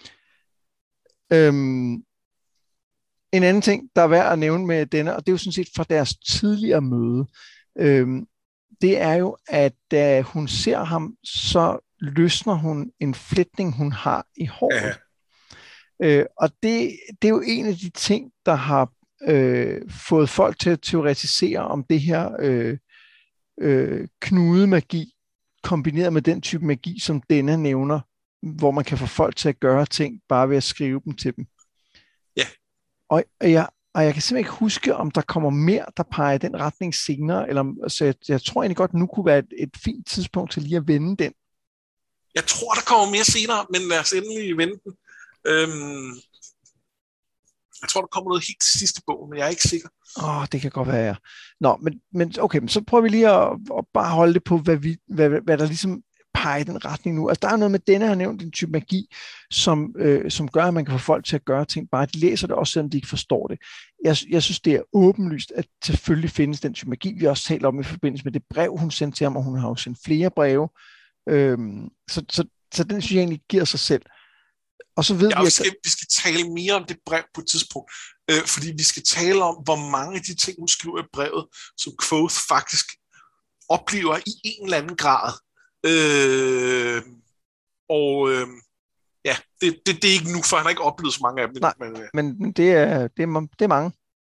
En anden ting, der er værd at nævne med denne, og det er jo sådan set fra deres tidligere møde, det er jo, at da hun ser ham, så løsner hun en fletning, hun har i håret. Ja. Og det er jo en af de ting, der har fået folk til at teoretisere om det her knudemagi, kombineret med den type magi, som denne nævner, hvor man kan få folk til at gøre ting, bare ved at skrive dem til dem. Ja. Og jeg kan simpelthen ikke huske, om der kommer mere, der peger i den retning senere, eller, så jeg tror egentlig godt, nu kunne være et fint tidspunkt til lige at vende den. Jeg tror, der kommer mere senere, men lad os endelig vende den. Jeg tror, der kommer noget helt til sidste bog, men jeg er ikke sikker. Det kan godt være, ja. Nå, men okay, så prøver vi lige at bare holde det på, hvad der ligesom peger i den retning nu. Altså, der er noget med denne, har nævnt en type magi, som gør, at man kan få folk til at gøre ting, bare de læser det, også selvom de ikke forstår det. Jeg synes, det er åbenlyst, at selvfølgelig findes den type magi. Vi har også talt om i forbindelse med det brev, hun sendte til ham, og hun har jo sendt flere breve. Så den synes jeg egentlig giver sig selv. Og så ved vi skal tale mere om det brev på et tidspunkt, fordi vi skal tale om, hvor mange af de ting, hun skriver i brevet, som Kvothe faktisk oplever i en eller anden grad. Det er ikke nu, for han har ikke oplevet så mange af dem. Nej, men det er mange.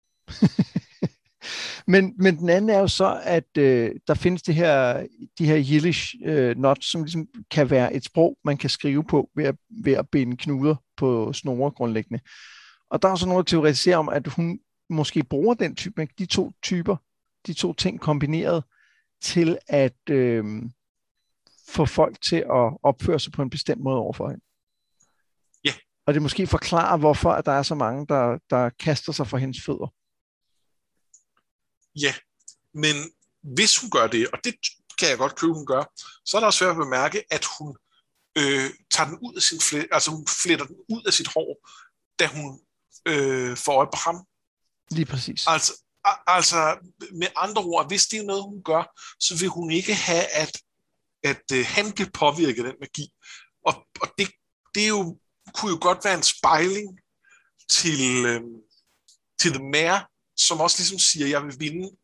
Men den anden er jo så, at der findes de her Yiddish not, som ligesom kan være et sprog, man kan skrive på ved at binde knuder på snore grundlæggende. Og der er så noget at teoretisere om, at hun måske bruger den type, de to ting kombineret, til at få folk til at opføre sig på en bestemt måde overfor hende. Ja. Og det måske forklarer, hvorfor at der er så mange, der kaster sig for hendes fødder. Ja, men hvis hun gør det, og det kan jeg godt købe, hun gør, så er der også svært at bemærke, at hun tager den ud af hun fletter den ud af sit hår, da hun får øje på ham. Lige præcis. Altså med andre ord, hvis det er noget, hun gør, så vil hun ikke have, at han bliver påvirket af den magi. Og det er jo, kunne jo godt være en spejling til The Mare, som også ligesom siger, at jeg vil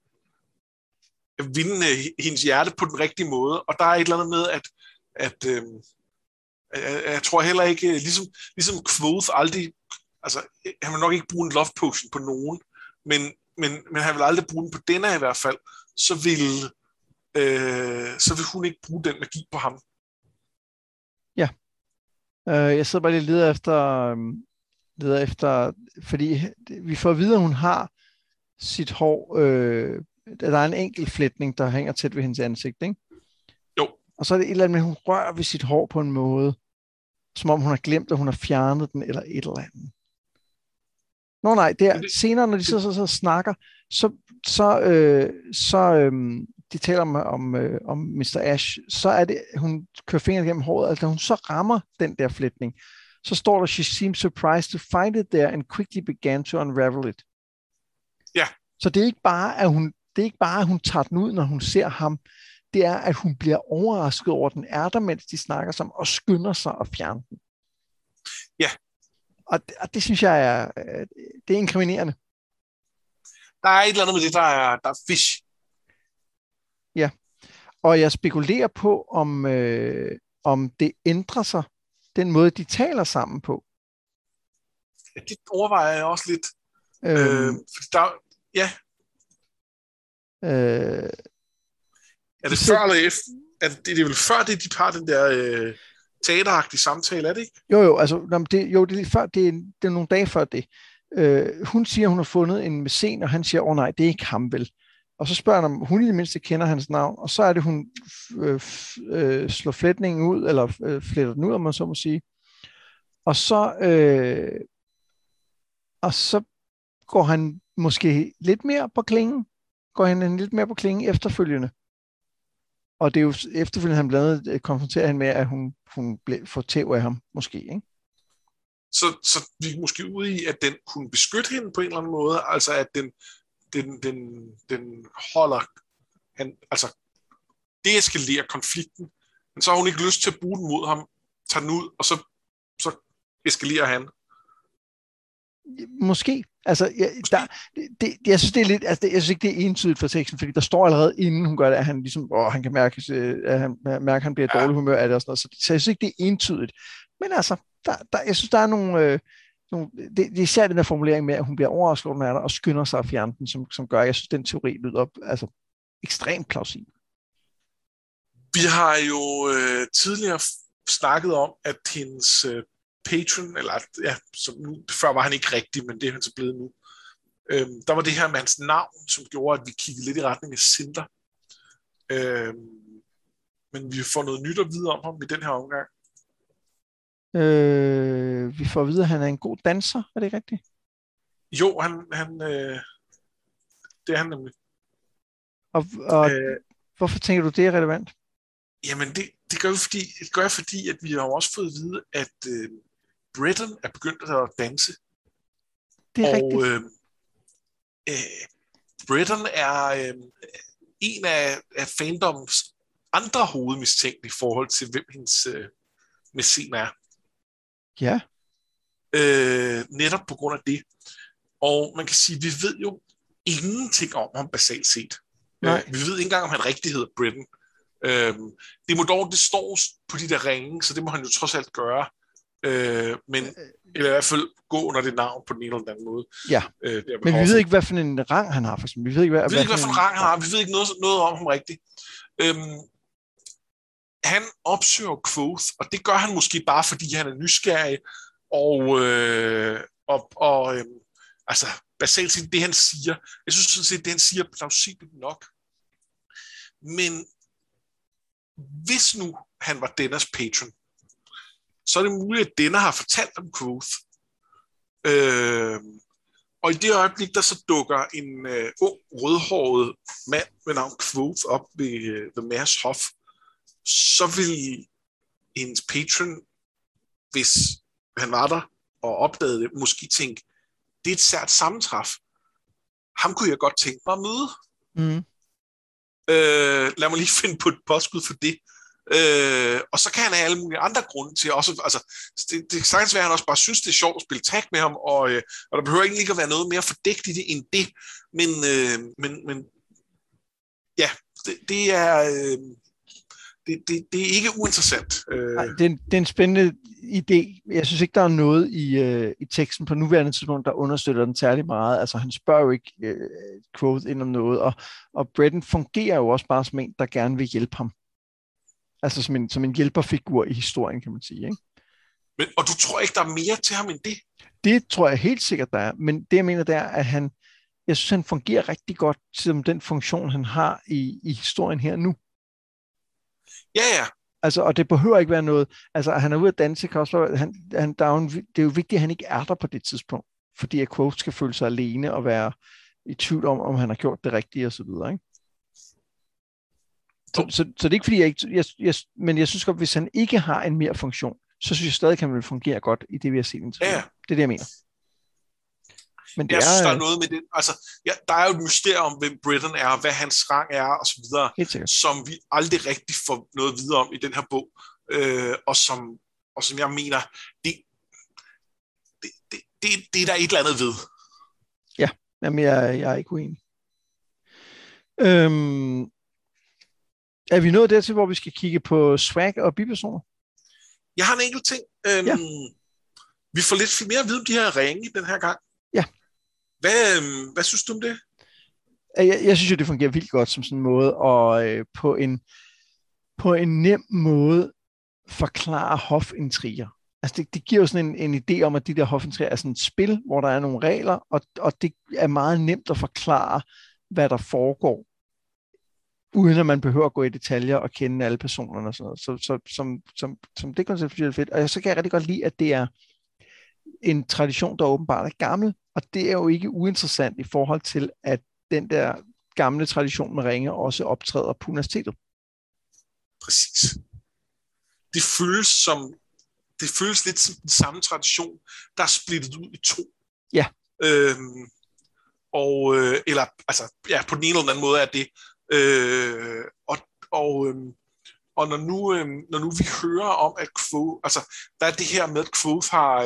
vinde hendes hjerte på den rigtige måde. Og der er et eller andet med, at jeg tror heller ikke, ligesom Kvothe aldrig, altså han vil nok ikke bruge en love potion på nogen, men han vil aldrig bruge den på denne i hvert fald, så vil hun ikke bruge den magi på ham. Ja. Jeg sidder bare lige og leder efter, fordi vi får at vide, at hun har sit hår, der er en enkelt fletning, der hænger tæt ved hendes ansigt, ikke? Jo. Og så er det et eller andet med, at hun rører ved sit hår på en måde, som om hun har glemt, at hun har fjernet den, eller et eller andet. Nej, senere, når de så snakker, de taler om Mr. Ash, så er det, hun kører fingeren gennem håret, altså hun så rammer den der fletning, så står der, she seemed surprised to find it there, and quickly began to unravel it. Ja. Så det er ikke bare, at hun tager den ud, når hun ser ham. Det er, at hun bliver overrasket over, at den er der, mens de snakker sammen, og skynder sig at fjerne den. Ja. Og det synes jeg det er inkriminerende. Der er et eller andet med det, der er fish. Ja. Og jeg spekulerer på, om det ændrer sig, den måde, de taler sammen på. Ja, det overvejer jeg også lidt. Ja. Er det før eller efter? Det er vel før det, de har den der teateragtige samtale, er det ikke? Jo, altså det er lige før, det er nogle dage før det. Hun siger, hun har fundet en mæcen, og han siger, nej, det er ikke ham vel. Og så spørger han, om hun i det mindste kender hans navn, og så er det, hun slår flætningen ud, eller fletter den ud, om man så må sige. Og så går han måske lidt mere på klingen, efterfølgende. Og det er jo efterfølgende, han blandt andet konfronterer hende med, at hun får tæv af ham, måske, ikke? Så vi er måske ude i, at den kunne beskytte hende på en eller anden måde, altså at den holder, altså deeskalerer konflikten, men så har hun ikke lyst til at bruge den mod ham, tager den ud, og så eskalerer han. Måske. Altså, jeg synes, det er lidt, altså, jeg synes ikke, det er entydigt for teksten, fordi der står allerede, inden hun gør det, at han ligesom, han kan mærke, at han bliver dårlig humør af det og sådan noget, så jeg synes ikke, det er entydigt. Men altså, jeg synes, der er nogle det er især den der formulering med, at hun bliver overrasket, når og skynder sig at fjerne den, som gør, jeg synes, den teori lyder op, altså ekstremt plausibel. Vi har jo tidligere snakket om, at hendes patron, eller ja, som nu, før var han ikke rigtig, men det er han så blevet nu. Der var det her med hans navn, som gjorde, at vi kiggede lidt i retning af Cinder. Men vi får noget nyt at vide om ham i den her omgang. Vi får at vide, at han er en god danser, er det rigtigt? Jo, det er han nemlig. Og hvorfor tænker du, det er relevant? Jamen, det gør jeg, fordi at vi har også fået at vide, at Bretton er begyndt at danse. Det er rigtigt. Bretton er en af fandoms andre hovedmistænkte i forhold til, hvem hendes mæcen er. Ja. Netop på grund af det. Og man kan sige, vi ved jo ingenting om ham basalt set. Vi ved ikke engang, om han rigtig hedder Bretton. Det står på de der ringe, så det må han jo trods alt gøre. Men eller i hvert fald gå under det navn på den ene eller den anden måde. Ja, men vi ved ikke, hvad for en rang han har, for eksempel. Vi ved ikke, hvad for en rang han har. Vi ved ikke noget om ham rigtigt. Han opsøger Kvothe, og det gør han måske bare, fordi han er nysgerrig, og altså, basalt set det, han siger. Jeg synes sådan set, det han siger er plausibelt nok. Men hvis nu han var Dennas patron, så er det muligt, at Denna har fortalt om Kvothe. Og i det øjeblik, der så dukker en ung, rødhåret mand med navn Kvothe op ved The Mayor's Hof, så vil hendes patron, hvis han var der og opdagede det, måske tænke, det er et sært sammentræf. Ham kunne jeg godt tænke mig at møde. Mm. Lad mig lige finde på et påskud for det. Og så kan han have alle mulige andre grunde til også, altså det kan sagtens være, at han også bare synes, det er sjovt at spille tag med ham, og der behøver egentlig ikke at være noget mere fordækt i det end det, men ja, det er det er ikke uinteressant. Nej, det er en spændende idé. Jeg synes ikke, der er noget i teksten på nuværende tidspunkt, der understøtter den særlig meget. Altså, han spørger jo ikke Kvothe ind om noget, og Bretton fungerer jo også bare som en, der gerne vil hjælpe ham. Altså som en hjælperfigur i historien, kan man sige, ikke? Men, og du tror ikke, der er mere til ham end det? Det tror jeg helt sikkert, der er. Men det, jeg mener, det er, at jeg synes, han fungerer rigtig godt som den funktion, han har i historien her nu. Ja. Altså, og det behøver ikke være noget. Altså, han er ude at danse, kan også være, det er jo vigtigt, at han ikke er der på det tidspunkt, fordi at Kvothe skal føle sig alene og være i tvivl om han har gjort det rigtige og så videre, ikke? Så det er ikke fordi, men jeg synes godt, hvis han ikke har en mere funktion, så synes jeg stadig, kan man fungere godt i det, vi har set indtil. Ja. Det er det, jeg mener. Men jeg synes, der er noget med det. Altså, der er jo et mysterium, hvem Bretton er, hvad hans rang er, og så videre, som vi aldrig rigtig får noget videre om i den her bog. Og som jeg mener, det er der et eller andet ved. Ja, jamen jeg er ikke uenig. Er vi nået dertil, hvor vi skal kigge på swag og bipersoner? Jeg har en enkelt ting. Vi får lidt mere at vide om de her ringe den her gang. Ja. Hvad synes du om det? Jeg synes jo, det fungerer vildt godt som sådan en måde, og på en nem måde forklare hofintriger. Altså det giver jo sådan en idé om, at de der hoffentræer er sådan et spil, hvor der er nogle regler, og det er meget nemt at forklare, hvad der foregår, uden at man behøver at gå i detaljer og kende alle personerne og sådan noget. Så som det koncept synes jeg er fedt. Og så kan jeg rigtig godt lide, at det er en tradition, der åbenbart er gammel, og det er jo ikke uinteressant i forhold til, at den der gamle tradition med ringe også optræder på universitetet. Præcis. Det føles lidt som den samme tradition, der er splittet ud i to. Ja. Eller, altså, ja, på den ene eller anden måde er det. Og når nu vi hører om, at Kvothe, altså, der er det her med, at Kvothe har,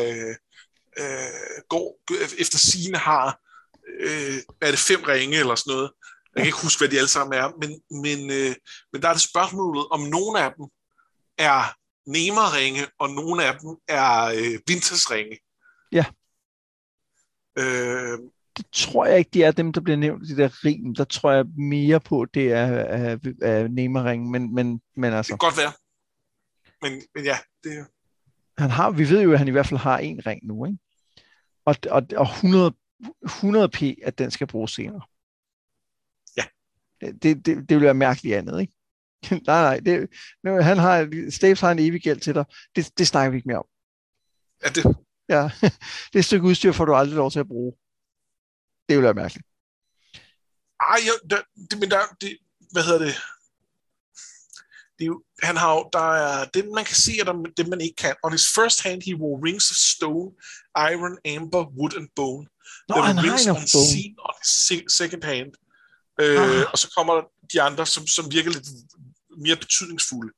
går efter sigende har, er det 5 ringe eller sådan noget. Jeg kan ikke huske, hvad de alle sammen er, men der er det spørgsmålet, om nogle af dem er Nema-ringe, og nogle af dem er Vintas-ringe. Ja. Det tror jeg ikke, de er dem, der bliver nævnt i de der rim. Der tror jeg mere på, det er Nema-ringen, men altså... Det kan godt være. Men ja, det... Vi ved jo, at han i hvert fald har en ring nu, ikke? Og 100p, at den skal bruges senere. Ja. Det vil være mærkeligt andet, ikke? nej, Stapes har en evig gæld til dig. Det snakker vi ikke mere om. Ja, det... Ja, det er et stykke udstyr, får du aldrig lov til at bruge. Det vil være mærkeligt. Hvad hedder det? Det er jo, han har jo, der er det, man kan se, og det man ikke kan. On his first hand, he wore rings of stone, iron, amber, wood and bone. There were rings unseen on his second hand. Og så kommer de andre, som virker lidt mere betydningsfulde.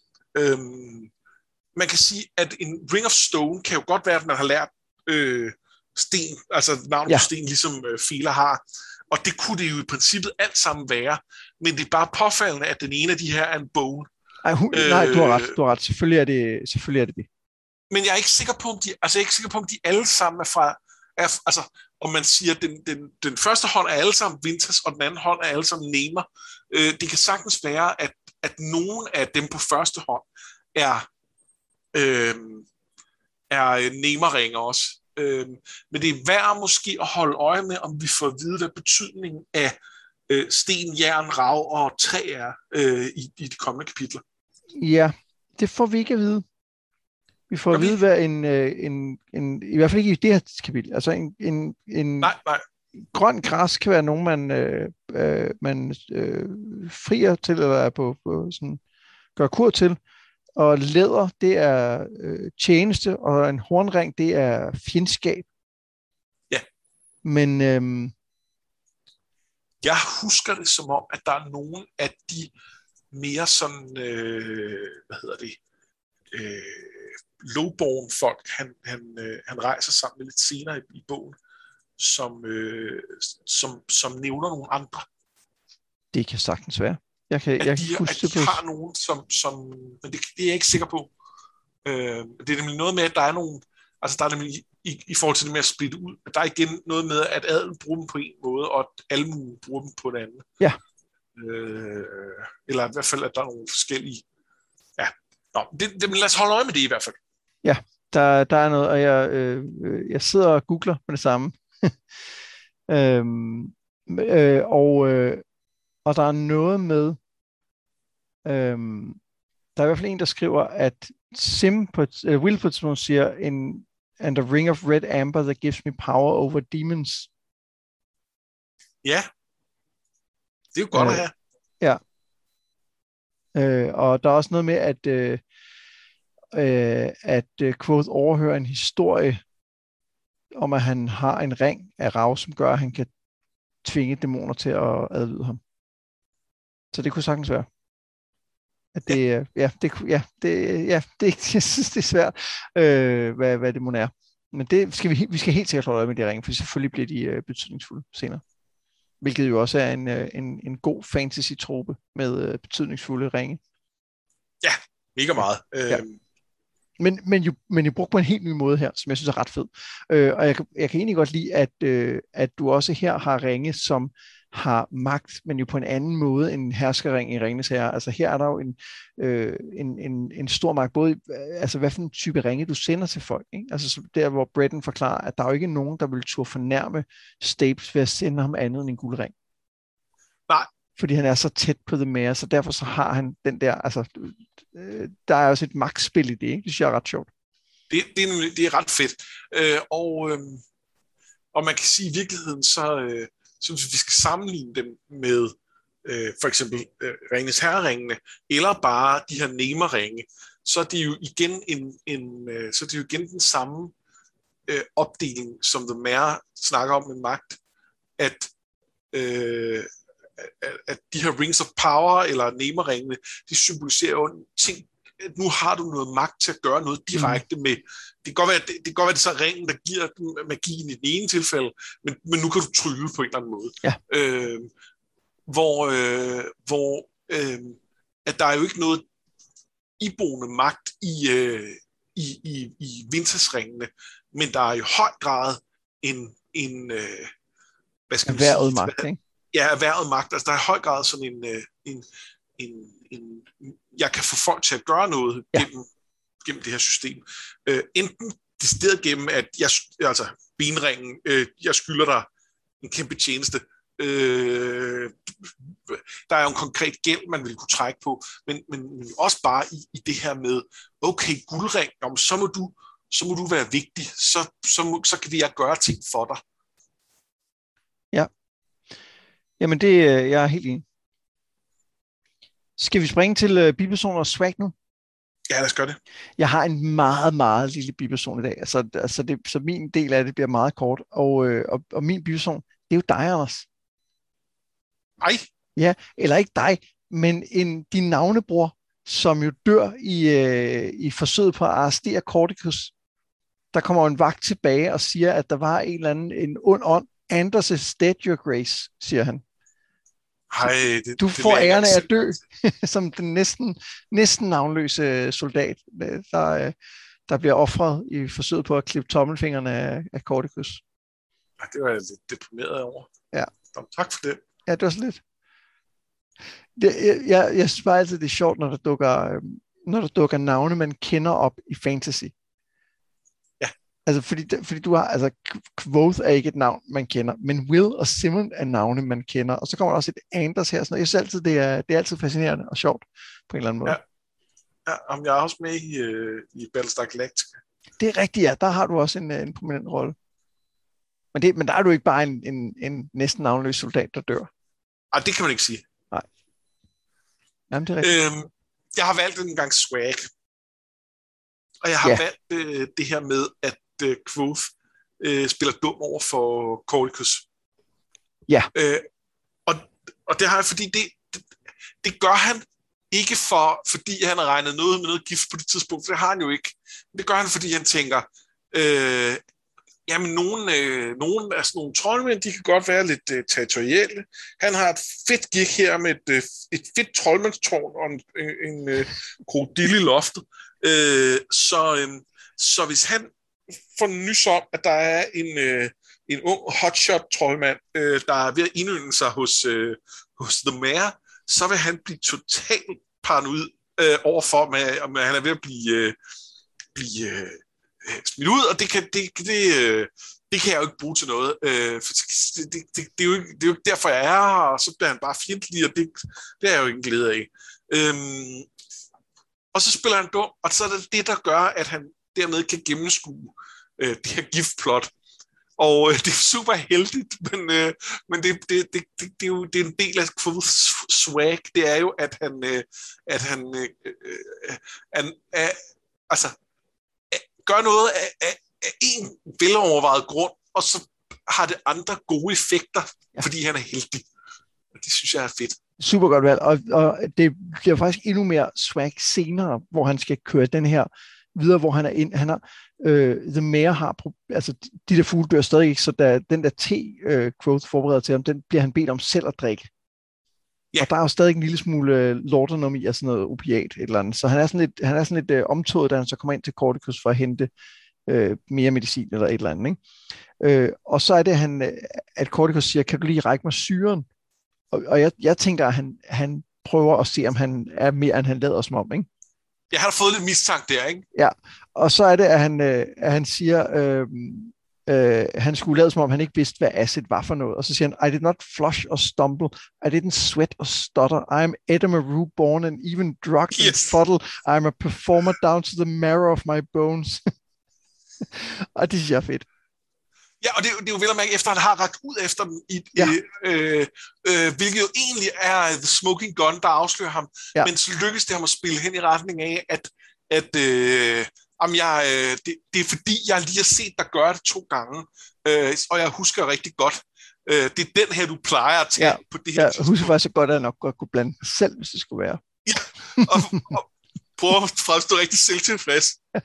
Man kan sige, at en ring of stone kan jo godt være, at man har lært sten, altså navnet på sten, ligesom Fila har. Og det kunne det jo i princippet alt sammen være, men det er bare påfaldende, at den ene af de her er en bone. Nej, du har ret. Selvfølgelig er det det. Men jeg er ikke sikker på, om de alle sammen er fra... altså, om man siger, at den første hånd er alle sammen Vintas, og den anden hånd er alle sammen Nema. Det kan sagtens være, at nogle af dem på første hånd er Nema-ringer også. Men det er værd måske at holde øje med, om vi får at vide, hvad betydningen af sten, jern, rav og træ er i de kommende kapitler. Ja, det får vi ikke at vide. Vi får at vide, hvad i hvert fald ikke i det her kapitel, altså en nej. Grøn græs kan være nogen, man frier til, eller er på sådan, gør kur til. Og læder, det er tjeneste, og en hornring, det er fjendskab. Ja. Men jeg husker det som om, at der er nogen af de mere sådan, lowborn folk, han rejser sammen med lidt senere i bogen, som nævner nogle andre. Det kan sagtens være. Jeg kan huske de har nogen, som men det er jeg ikke sikker på. Det er nemlig noget med, at der er nogle, altså der er nemlig i forhold til det med at splitte ud, at der er igen noget med, at adelen bruger dem på en måde, og at almuen bruger dem på en anden. Ja. Eller i hvert fald, at der er nogle forskellige. Ja. Nå, men lad os holde øje med det i hvert fald. Ja, der er noget, og jeg sidder og googler med det samme. Og der er noget med, der er i hvert fald en, der skriver, at Will på et tidspunkt siger, and a ring of red amber that gives me power over demons. Ja, det er jo godt at have. Ja. Og der er også noget med, at Kvothe overhører en historie om, at han har en ring af rav, som gør, at han kan tvinge dæmoner til at adlyde ham. Så det kunne sagtens være. At det, jeg synes, det er svært, hvad det må er. Men det skal vi skal helt sikkert holde øje med de ringe, for selvfølgelig bliver de betydningsfulde senere. Hvilket jo også er en god fantasy-trope med betydningsfulde ringe. Ja, mega meget. Ja. Men jo brugt på en helt ny måde her, som jeg synes er ret fed. Og jeg kan egentlig godt lide, at du også her har ringe, som har magt, men jo på en anden måde end en herskerring i Ringenes Herre. Altså her er der jo en stor magt, både altså hvad for en type ringe du sender til folk. Ikke? Altså der, hvor Breton forklarer, at der er jo ikke nogen, der vil turde fornærme Stapes ved at sende ham andet end en guldring. Nej. Fordi han er så tæt på The Mayor, så derfor så har han den der, altså der er også et magtspil i det, ikke? Det synes jeg er ret sjovt. Det er ret fedt. Og man kan sige, at i virkeligheden, så synes vi skal sammenligne dem med for eksempel Ringenes Herre-ringene, eller bare de her Nema-ringe, så er det jo igen den samme opdeling, som The Mayor snakker om med magt, at de her Rings of Power, eller Nema-ringene, de symboliserer jo ting, at nu har du noget magt til at gøre noget direkte med. Det kan godt være, det er så ringen, der giver magien i den ene tilfælde, men nu kan du trylle på en eller anden måde. Ja. Hvor at der er jo ikke noget iboende magt i Vintersringene, men der er i høj grad en hvad skal man erhvervet sige? Magt, ikke? Ja, erhvervet magt. Altså der er i høj grad sådan jeg kan få folk til at gøre noget gennem det her system. Enten decideret gennem, at benringen, jeg skylder dig en kæmpe tjeneste. Der er jo en konkret gæld, man vil kunne trække på, men også bare i det her med, okay, guldring, så må du være vigtig, så kan jeg gøre ting for dig. Ja. Jamen jeg er helt enig. Skal vi springe til bipersoner og swag nu? Ja, lad os gøre det. Jeg har en meget, meget lille biperson i dag, så min del af det bliver meget kort, og min biperson, det er jo dig, Anders. Nej. Ja, eller ikke dig, men din navnebror, som jo dør i forsøget på at arrestere Cordicus. Der kommer en vagt tilbage og siger, at der var en ond ånd. Anders is dead, your grace, siger han. Du får æren af at dø, som den næsten navnløse soldat, der bliver ofret i forsøget på at klippe tommelfingrene af Cordicus. Det var jeg lidt deprimeret over. Ja. Tak for det. Ja, det var så lidt. Jeg synes bare altid, det er sjovt, når der dukker navne, man kender op i fantasy. Altså, fordi du har, altså, Quoth er ikke et navn, man kender, men Will og Simon er navne, man kender, og så kommer der også et Anders her, sådan noget. Jeg synes altid, det er altid fascinerende og sjovt, på en eller anden måde. Ja, om jeg er også med i Battlestar Galactica. Det er rigtigt, ja, der har du også en prominent rolle. Men der er du ikke bare en næsten navnløs soldat, der dør. Ej, det kan man ikke sige. Nej. Jamen, det er rigtigt. Jeg har valgt en gang swag, og jeg har valgt det her med, at Quoth spiller dum over for Cordicus. Ja. Og det har jeg, fordi det gør han ikke fordi han har regnet noget med noget gift på det tidspunkt, for det har han jo ikke. Det gør han, fordi han tænker, jamen nogle af sådan nogle troldmænd, de kan godt være lidt territorielle. Han har et fedt gig her med et fedt troldmandstårn og en krokodille i loftet. Så hvis han får nys om, at der er en ung hotshot troldmand, der er ved at indynde sig hos The Mayor, så vil han blive totalt paranoid overfor, om han er ved at blive smidt ud, og det kan jeg jo ikke bruge til noget. For det er jo ikke derfor, jeg er her, og så bliver han bare fjendtlig, og det er jeg jo ikke en glæde af. Og så spiller han dum, og så er det, der gør, at han dermed kan gennemskue det her giftplot. Og det er super heldigt, men det er en del af Quoths swag. Det er jo, at han gør noget af en velovervejet grund, og så har det andre gode effekter, fordi han er heldig. Og det synes jeg er fedt. Super godt valg, og det bliver faktisk endnu mere swag senere, hvor han skal køre den her videre, hvor han er ind. Han har The Mayor har, altså de der fugle dør stadig ikke, så den der Quoth forbereder til ham, den bliver han bedt om selv at drikke. Ja. Og der er jo stadig en lille smule laudanum i, og sådan noget opiat, et eller andet. Så han er sådan lidt omtået, da han så kommer ind til Cordicus for at hente mere medicin eller et eller andet. Ikke? Og så er det, at Cordicus siger, kan du lige række mig syren? og jeg tænker, at han prøver at se, om han er mere, end han lader som om, ikke? Jeg har fået lidt mistanke der, ikke? Ja, og så er det, at han siger, han skulle lade som om, han ikke vidste, hvad acid var for noget. Og så siger han, I did not flush or stumble. I didn't sweat or stutter. I am Edna Rue born and even drugged and fuddled. I am a performer down to the marrow of my bones. Og det synes jeg er fedt. Ja, og det er jo vel at mærke, efter han har rakt ud efter dem, hvilket jo egentlig er The Smoking Gun, der afslører ham. Ja. Men så lykkes det ham at spille hen i retning af, at det er fordi, jeg lige har set dig gøre det 2 gange, og jeg husker rigtig godt. Det er den her, du plejer at tage på det her. Jeg husker faktisk så godt, at jeg nok godt kunne blande selv, hvis det skulle være. Ja, og prøve at fremstå rigtig selvtilfreds.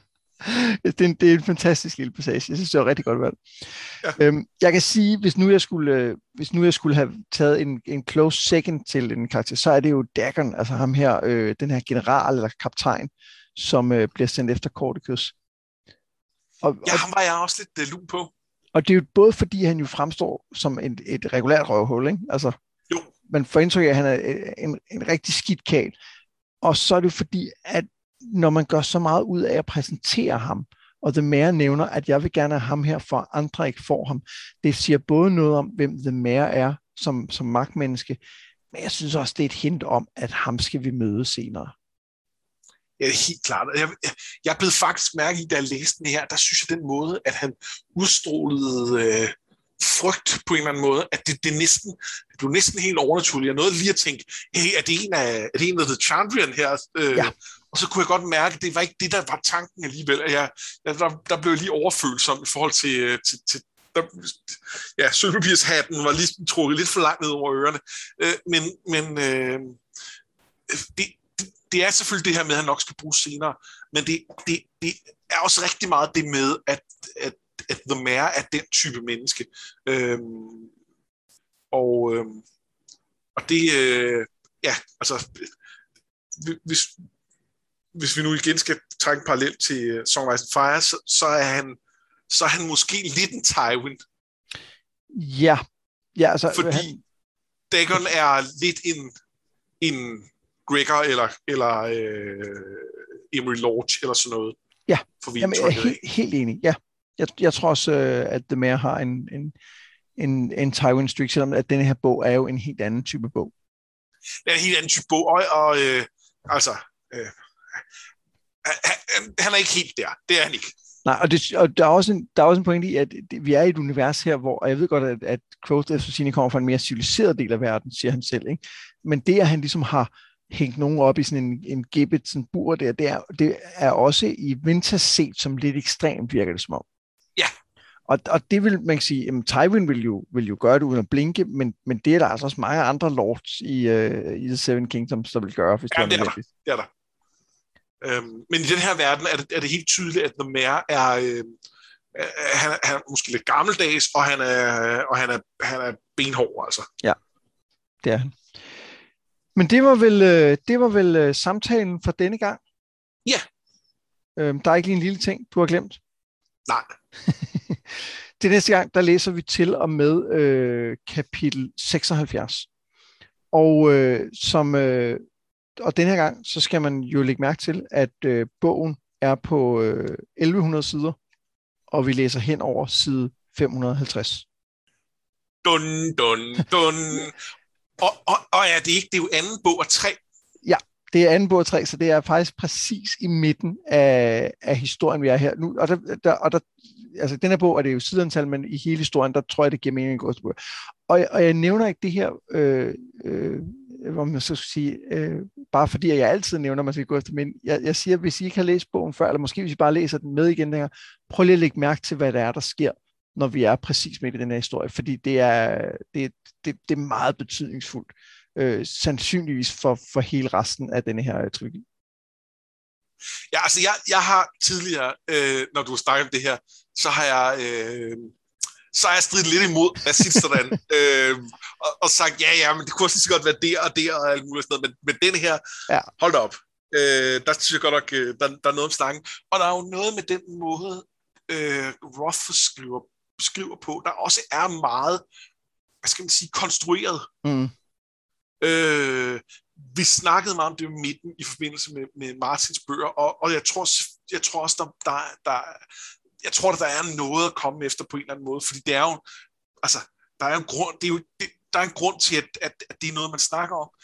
Det er en fantastisk lille passage. Jeg synes, det var rigtig godt valgt. Ja. Jeg kan sige, hvis nu jeg skulle have taget en close second til en karakter, så er det jo Dagon, altså ham her, den her general eller kaptajn, som bliver sendt efter Corticus. Ham var jeg også lidt lun på. Og det er jo både fordi, han jo fremstår som et regulært røvhul, ikke? Altså, jo. Man får indtryk af, at han er en rigtig skidt kæl. Og så er det jo fordi, at når man gør så meget ud af at præsentere ham, og The Mayor nævner, at jeg vil gerne have ham her, for andre ikke får ham. Det siger både noget om, hvem The Mayor er som magtmenneske, men jeg synes også, det er et hint om, at ham skal vi møde senere. Ja, helt klart. Jeg blev faktisk mærke i, da jeg læste den her, der synes jeg den måde, at han udstrålede frygt på en eller anden måde, at det blev næsten helt overnaturligt. Jeg nåede lige at tænke, hey, er det en af The Chandrian her? Ja. Og så kunne jeg godt mærke, at det var ikke det, der var tanken alligevel. Der blev jeg lige overfølsom i forhold til sølvpapirshatten var lige trukket lidt for langt ned over ørerne. Men det er selvfølgelig det her med, at han nok skal bruges senere, men det er også rigtig meget det med, at The Mayor er den type menneske. Og det, altså, hvis vi nu igen skal trække en parallel til Song of Ice and Fire, så er han måske lidt en Tywin. Ja, altså... Fordi Dagon er lidt en Gregor eller Emery Lodge eller sådan noget. Ja, jeg er helt enig, ja. Jeg tror også, at The Mayor har en Tywin streak, selvom at denne her bog er jo en helt anden type bog. Det er en helt anden type bog, og han er ikke helt der. Det er han ikke. Nej, og der er også en pointe i, at vi er i et univers her, hvor, og jeg ved godt, at Quoth efter sigende kommer fra en mere civiliseret del af verden, siger han selv, ikke? Men det, at han ligesom har hængt nogen op i sådan en gibbet, sådan bur der, det er også i Winter set som lidt ekstremt, virker det som om. Ja. Og det vil man kan sige, at Tywin vil jo gøre det uden at blinke, men det er der altså også mange andre lords i The Seven Kingdoms, der vil gøre, hvis det er nødvendigt. Det er der. Men i den her verden er det helt tydeligt, at The Mayor han er måske lidt gammeldags, og han er benhård, altså. Ja, det er han. Men det var vel samtalen for denne gang? Ja. Der er ikke lige en lille ting, du har glemt? Nej. Det næste gang, der læser vi til og med kapitel 76. Og og denne her gang, så skal man jo lægge mærke til, at bogen er på 1100 sider, og vi læser hen over side 550. Dun, dun, dun. Og er det ikke, det er jo anden bog af 3? Ja, det er anden bog af 3, så det er faktisk præcis i midten af historien, vi er her nu. Og der, altså den her bog er det jo sideantal, men i hele historien, der tror jeg, det giver mening at gå til bog. Og jeg nævner ikke det her, hvor man så skal sige, bare fordi jeg altid nævner, at man skal gå efter, men jeg siger, hvis I ikke har læst bogen før, eller måske hvis I bare læser den med igen længere, prøv lige at lægge mærke til, hvad der sker, når vi er præcis midt i den her historie, fordi det er meget betydningsfuldt, sandsynligvis for hele resten af denne her trilogi. Ja, altså jeg har tidligere, når du har snakket om det her, så har jeg stridt lidt imod Assisteren, og sagt, ja, men det kunne også lige så godt være der og der og alt muligt sådan noget, men den her, ja. Hold da op, der synes jeg godt nok, der er noget om snakken, og der er jo noget med den måde, Roth skriver på, der også er meget, hvad skal man sige, konstrueret. Vi snakkede meget om det med midten i forbindelse med Martins bøger, og jeg tror også, jeg tror, der er noget at komme efter på en eller anden måde, fordi det er jo, altså, der er en grund, der er en grund til, at det er noget, man snakker om,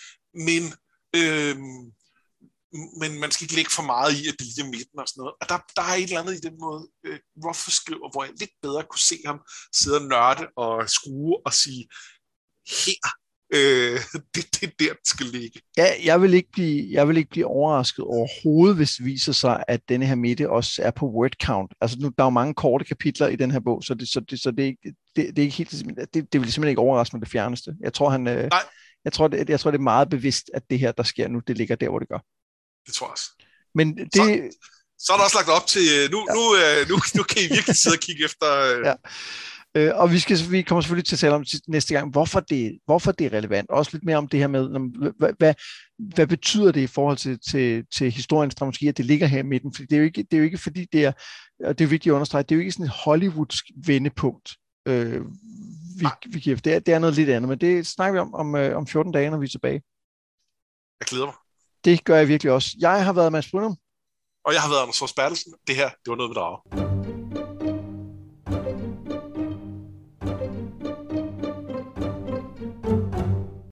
men man skal ikke lægge for meget i, at det lige er midten og sådan noget. Og der er et eller andet i den måde, Ruffo skriver, hvor jeg lidt bedre kunne se ham sidde og nørde og skrue og sige, her, det er der, det skal ligge. Ja, jeg vil ikke blive overrasket overhovedet, hvis det viser sig, at denne her midte også er på word count. Altså nu, der er jo mange korte kapitler i den her bog, så det er ikke helt, det vil simpelthen ikke overraske mig det fjerneste. Jeg tror, jeg tror, det er meget bevidst, at det her, der sker nu, det ligger der, hvor det gør. Det tror jeg også. Men det... Så er der også lagt op til, nu kan I virkelig sidde og kigge efter... Ja. Og vi kommer selvfølgelig til at tale om næste gang, hvorfor det er relevant. Også lidt mere om det her med, hvad betyder det i forhold til historiens dramaturgi, at det ligger her i midten. Fordi det er jo ikke fordi det er, og det er vigtigt at understrege, det er jo ikke sådan et hollywoodsk vendepunkt, vi giver. Det er noget lidt andet, men det snakker vi om 14 dage, når vi er tilbage. Jeg glæder mig. Det gør jeg virkelig også. Jeg har været Mads Brynum. Og jeg har været Anders Fors Bertelsen. Det her, det var noget med drager.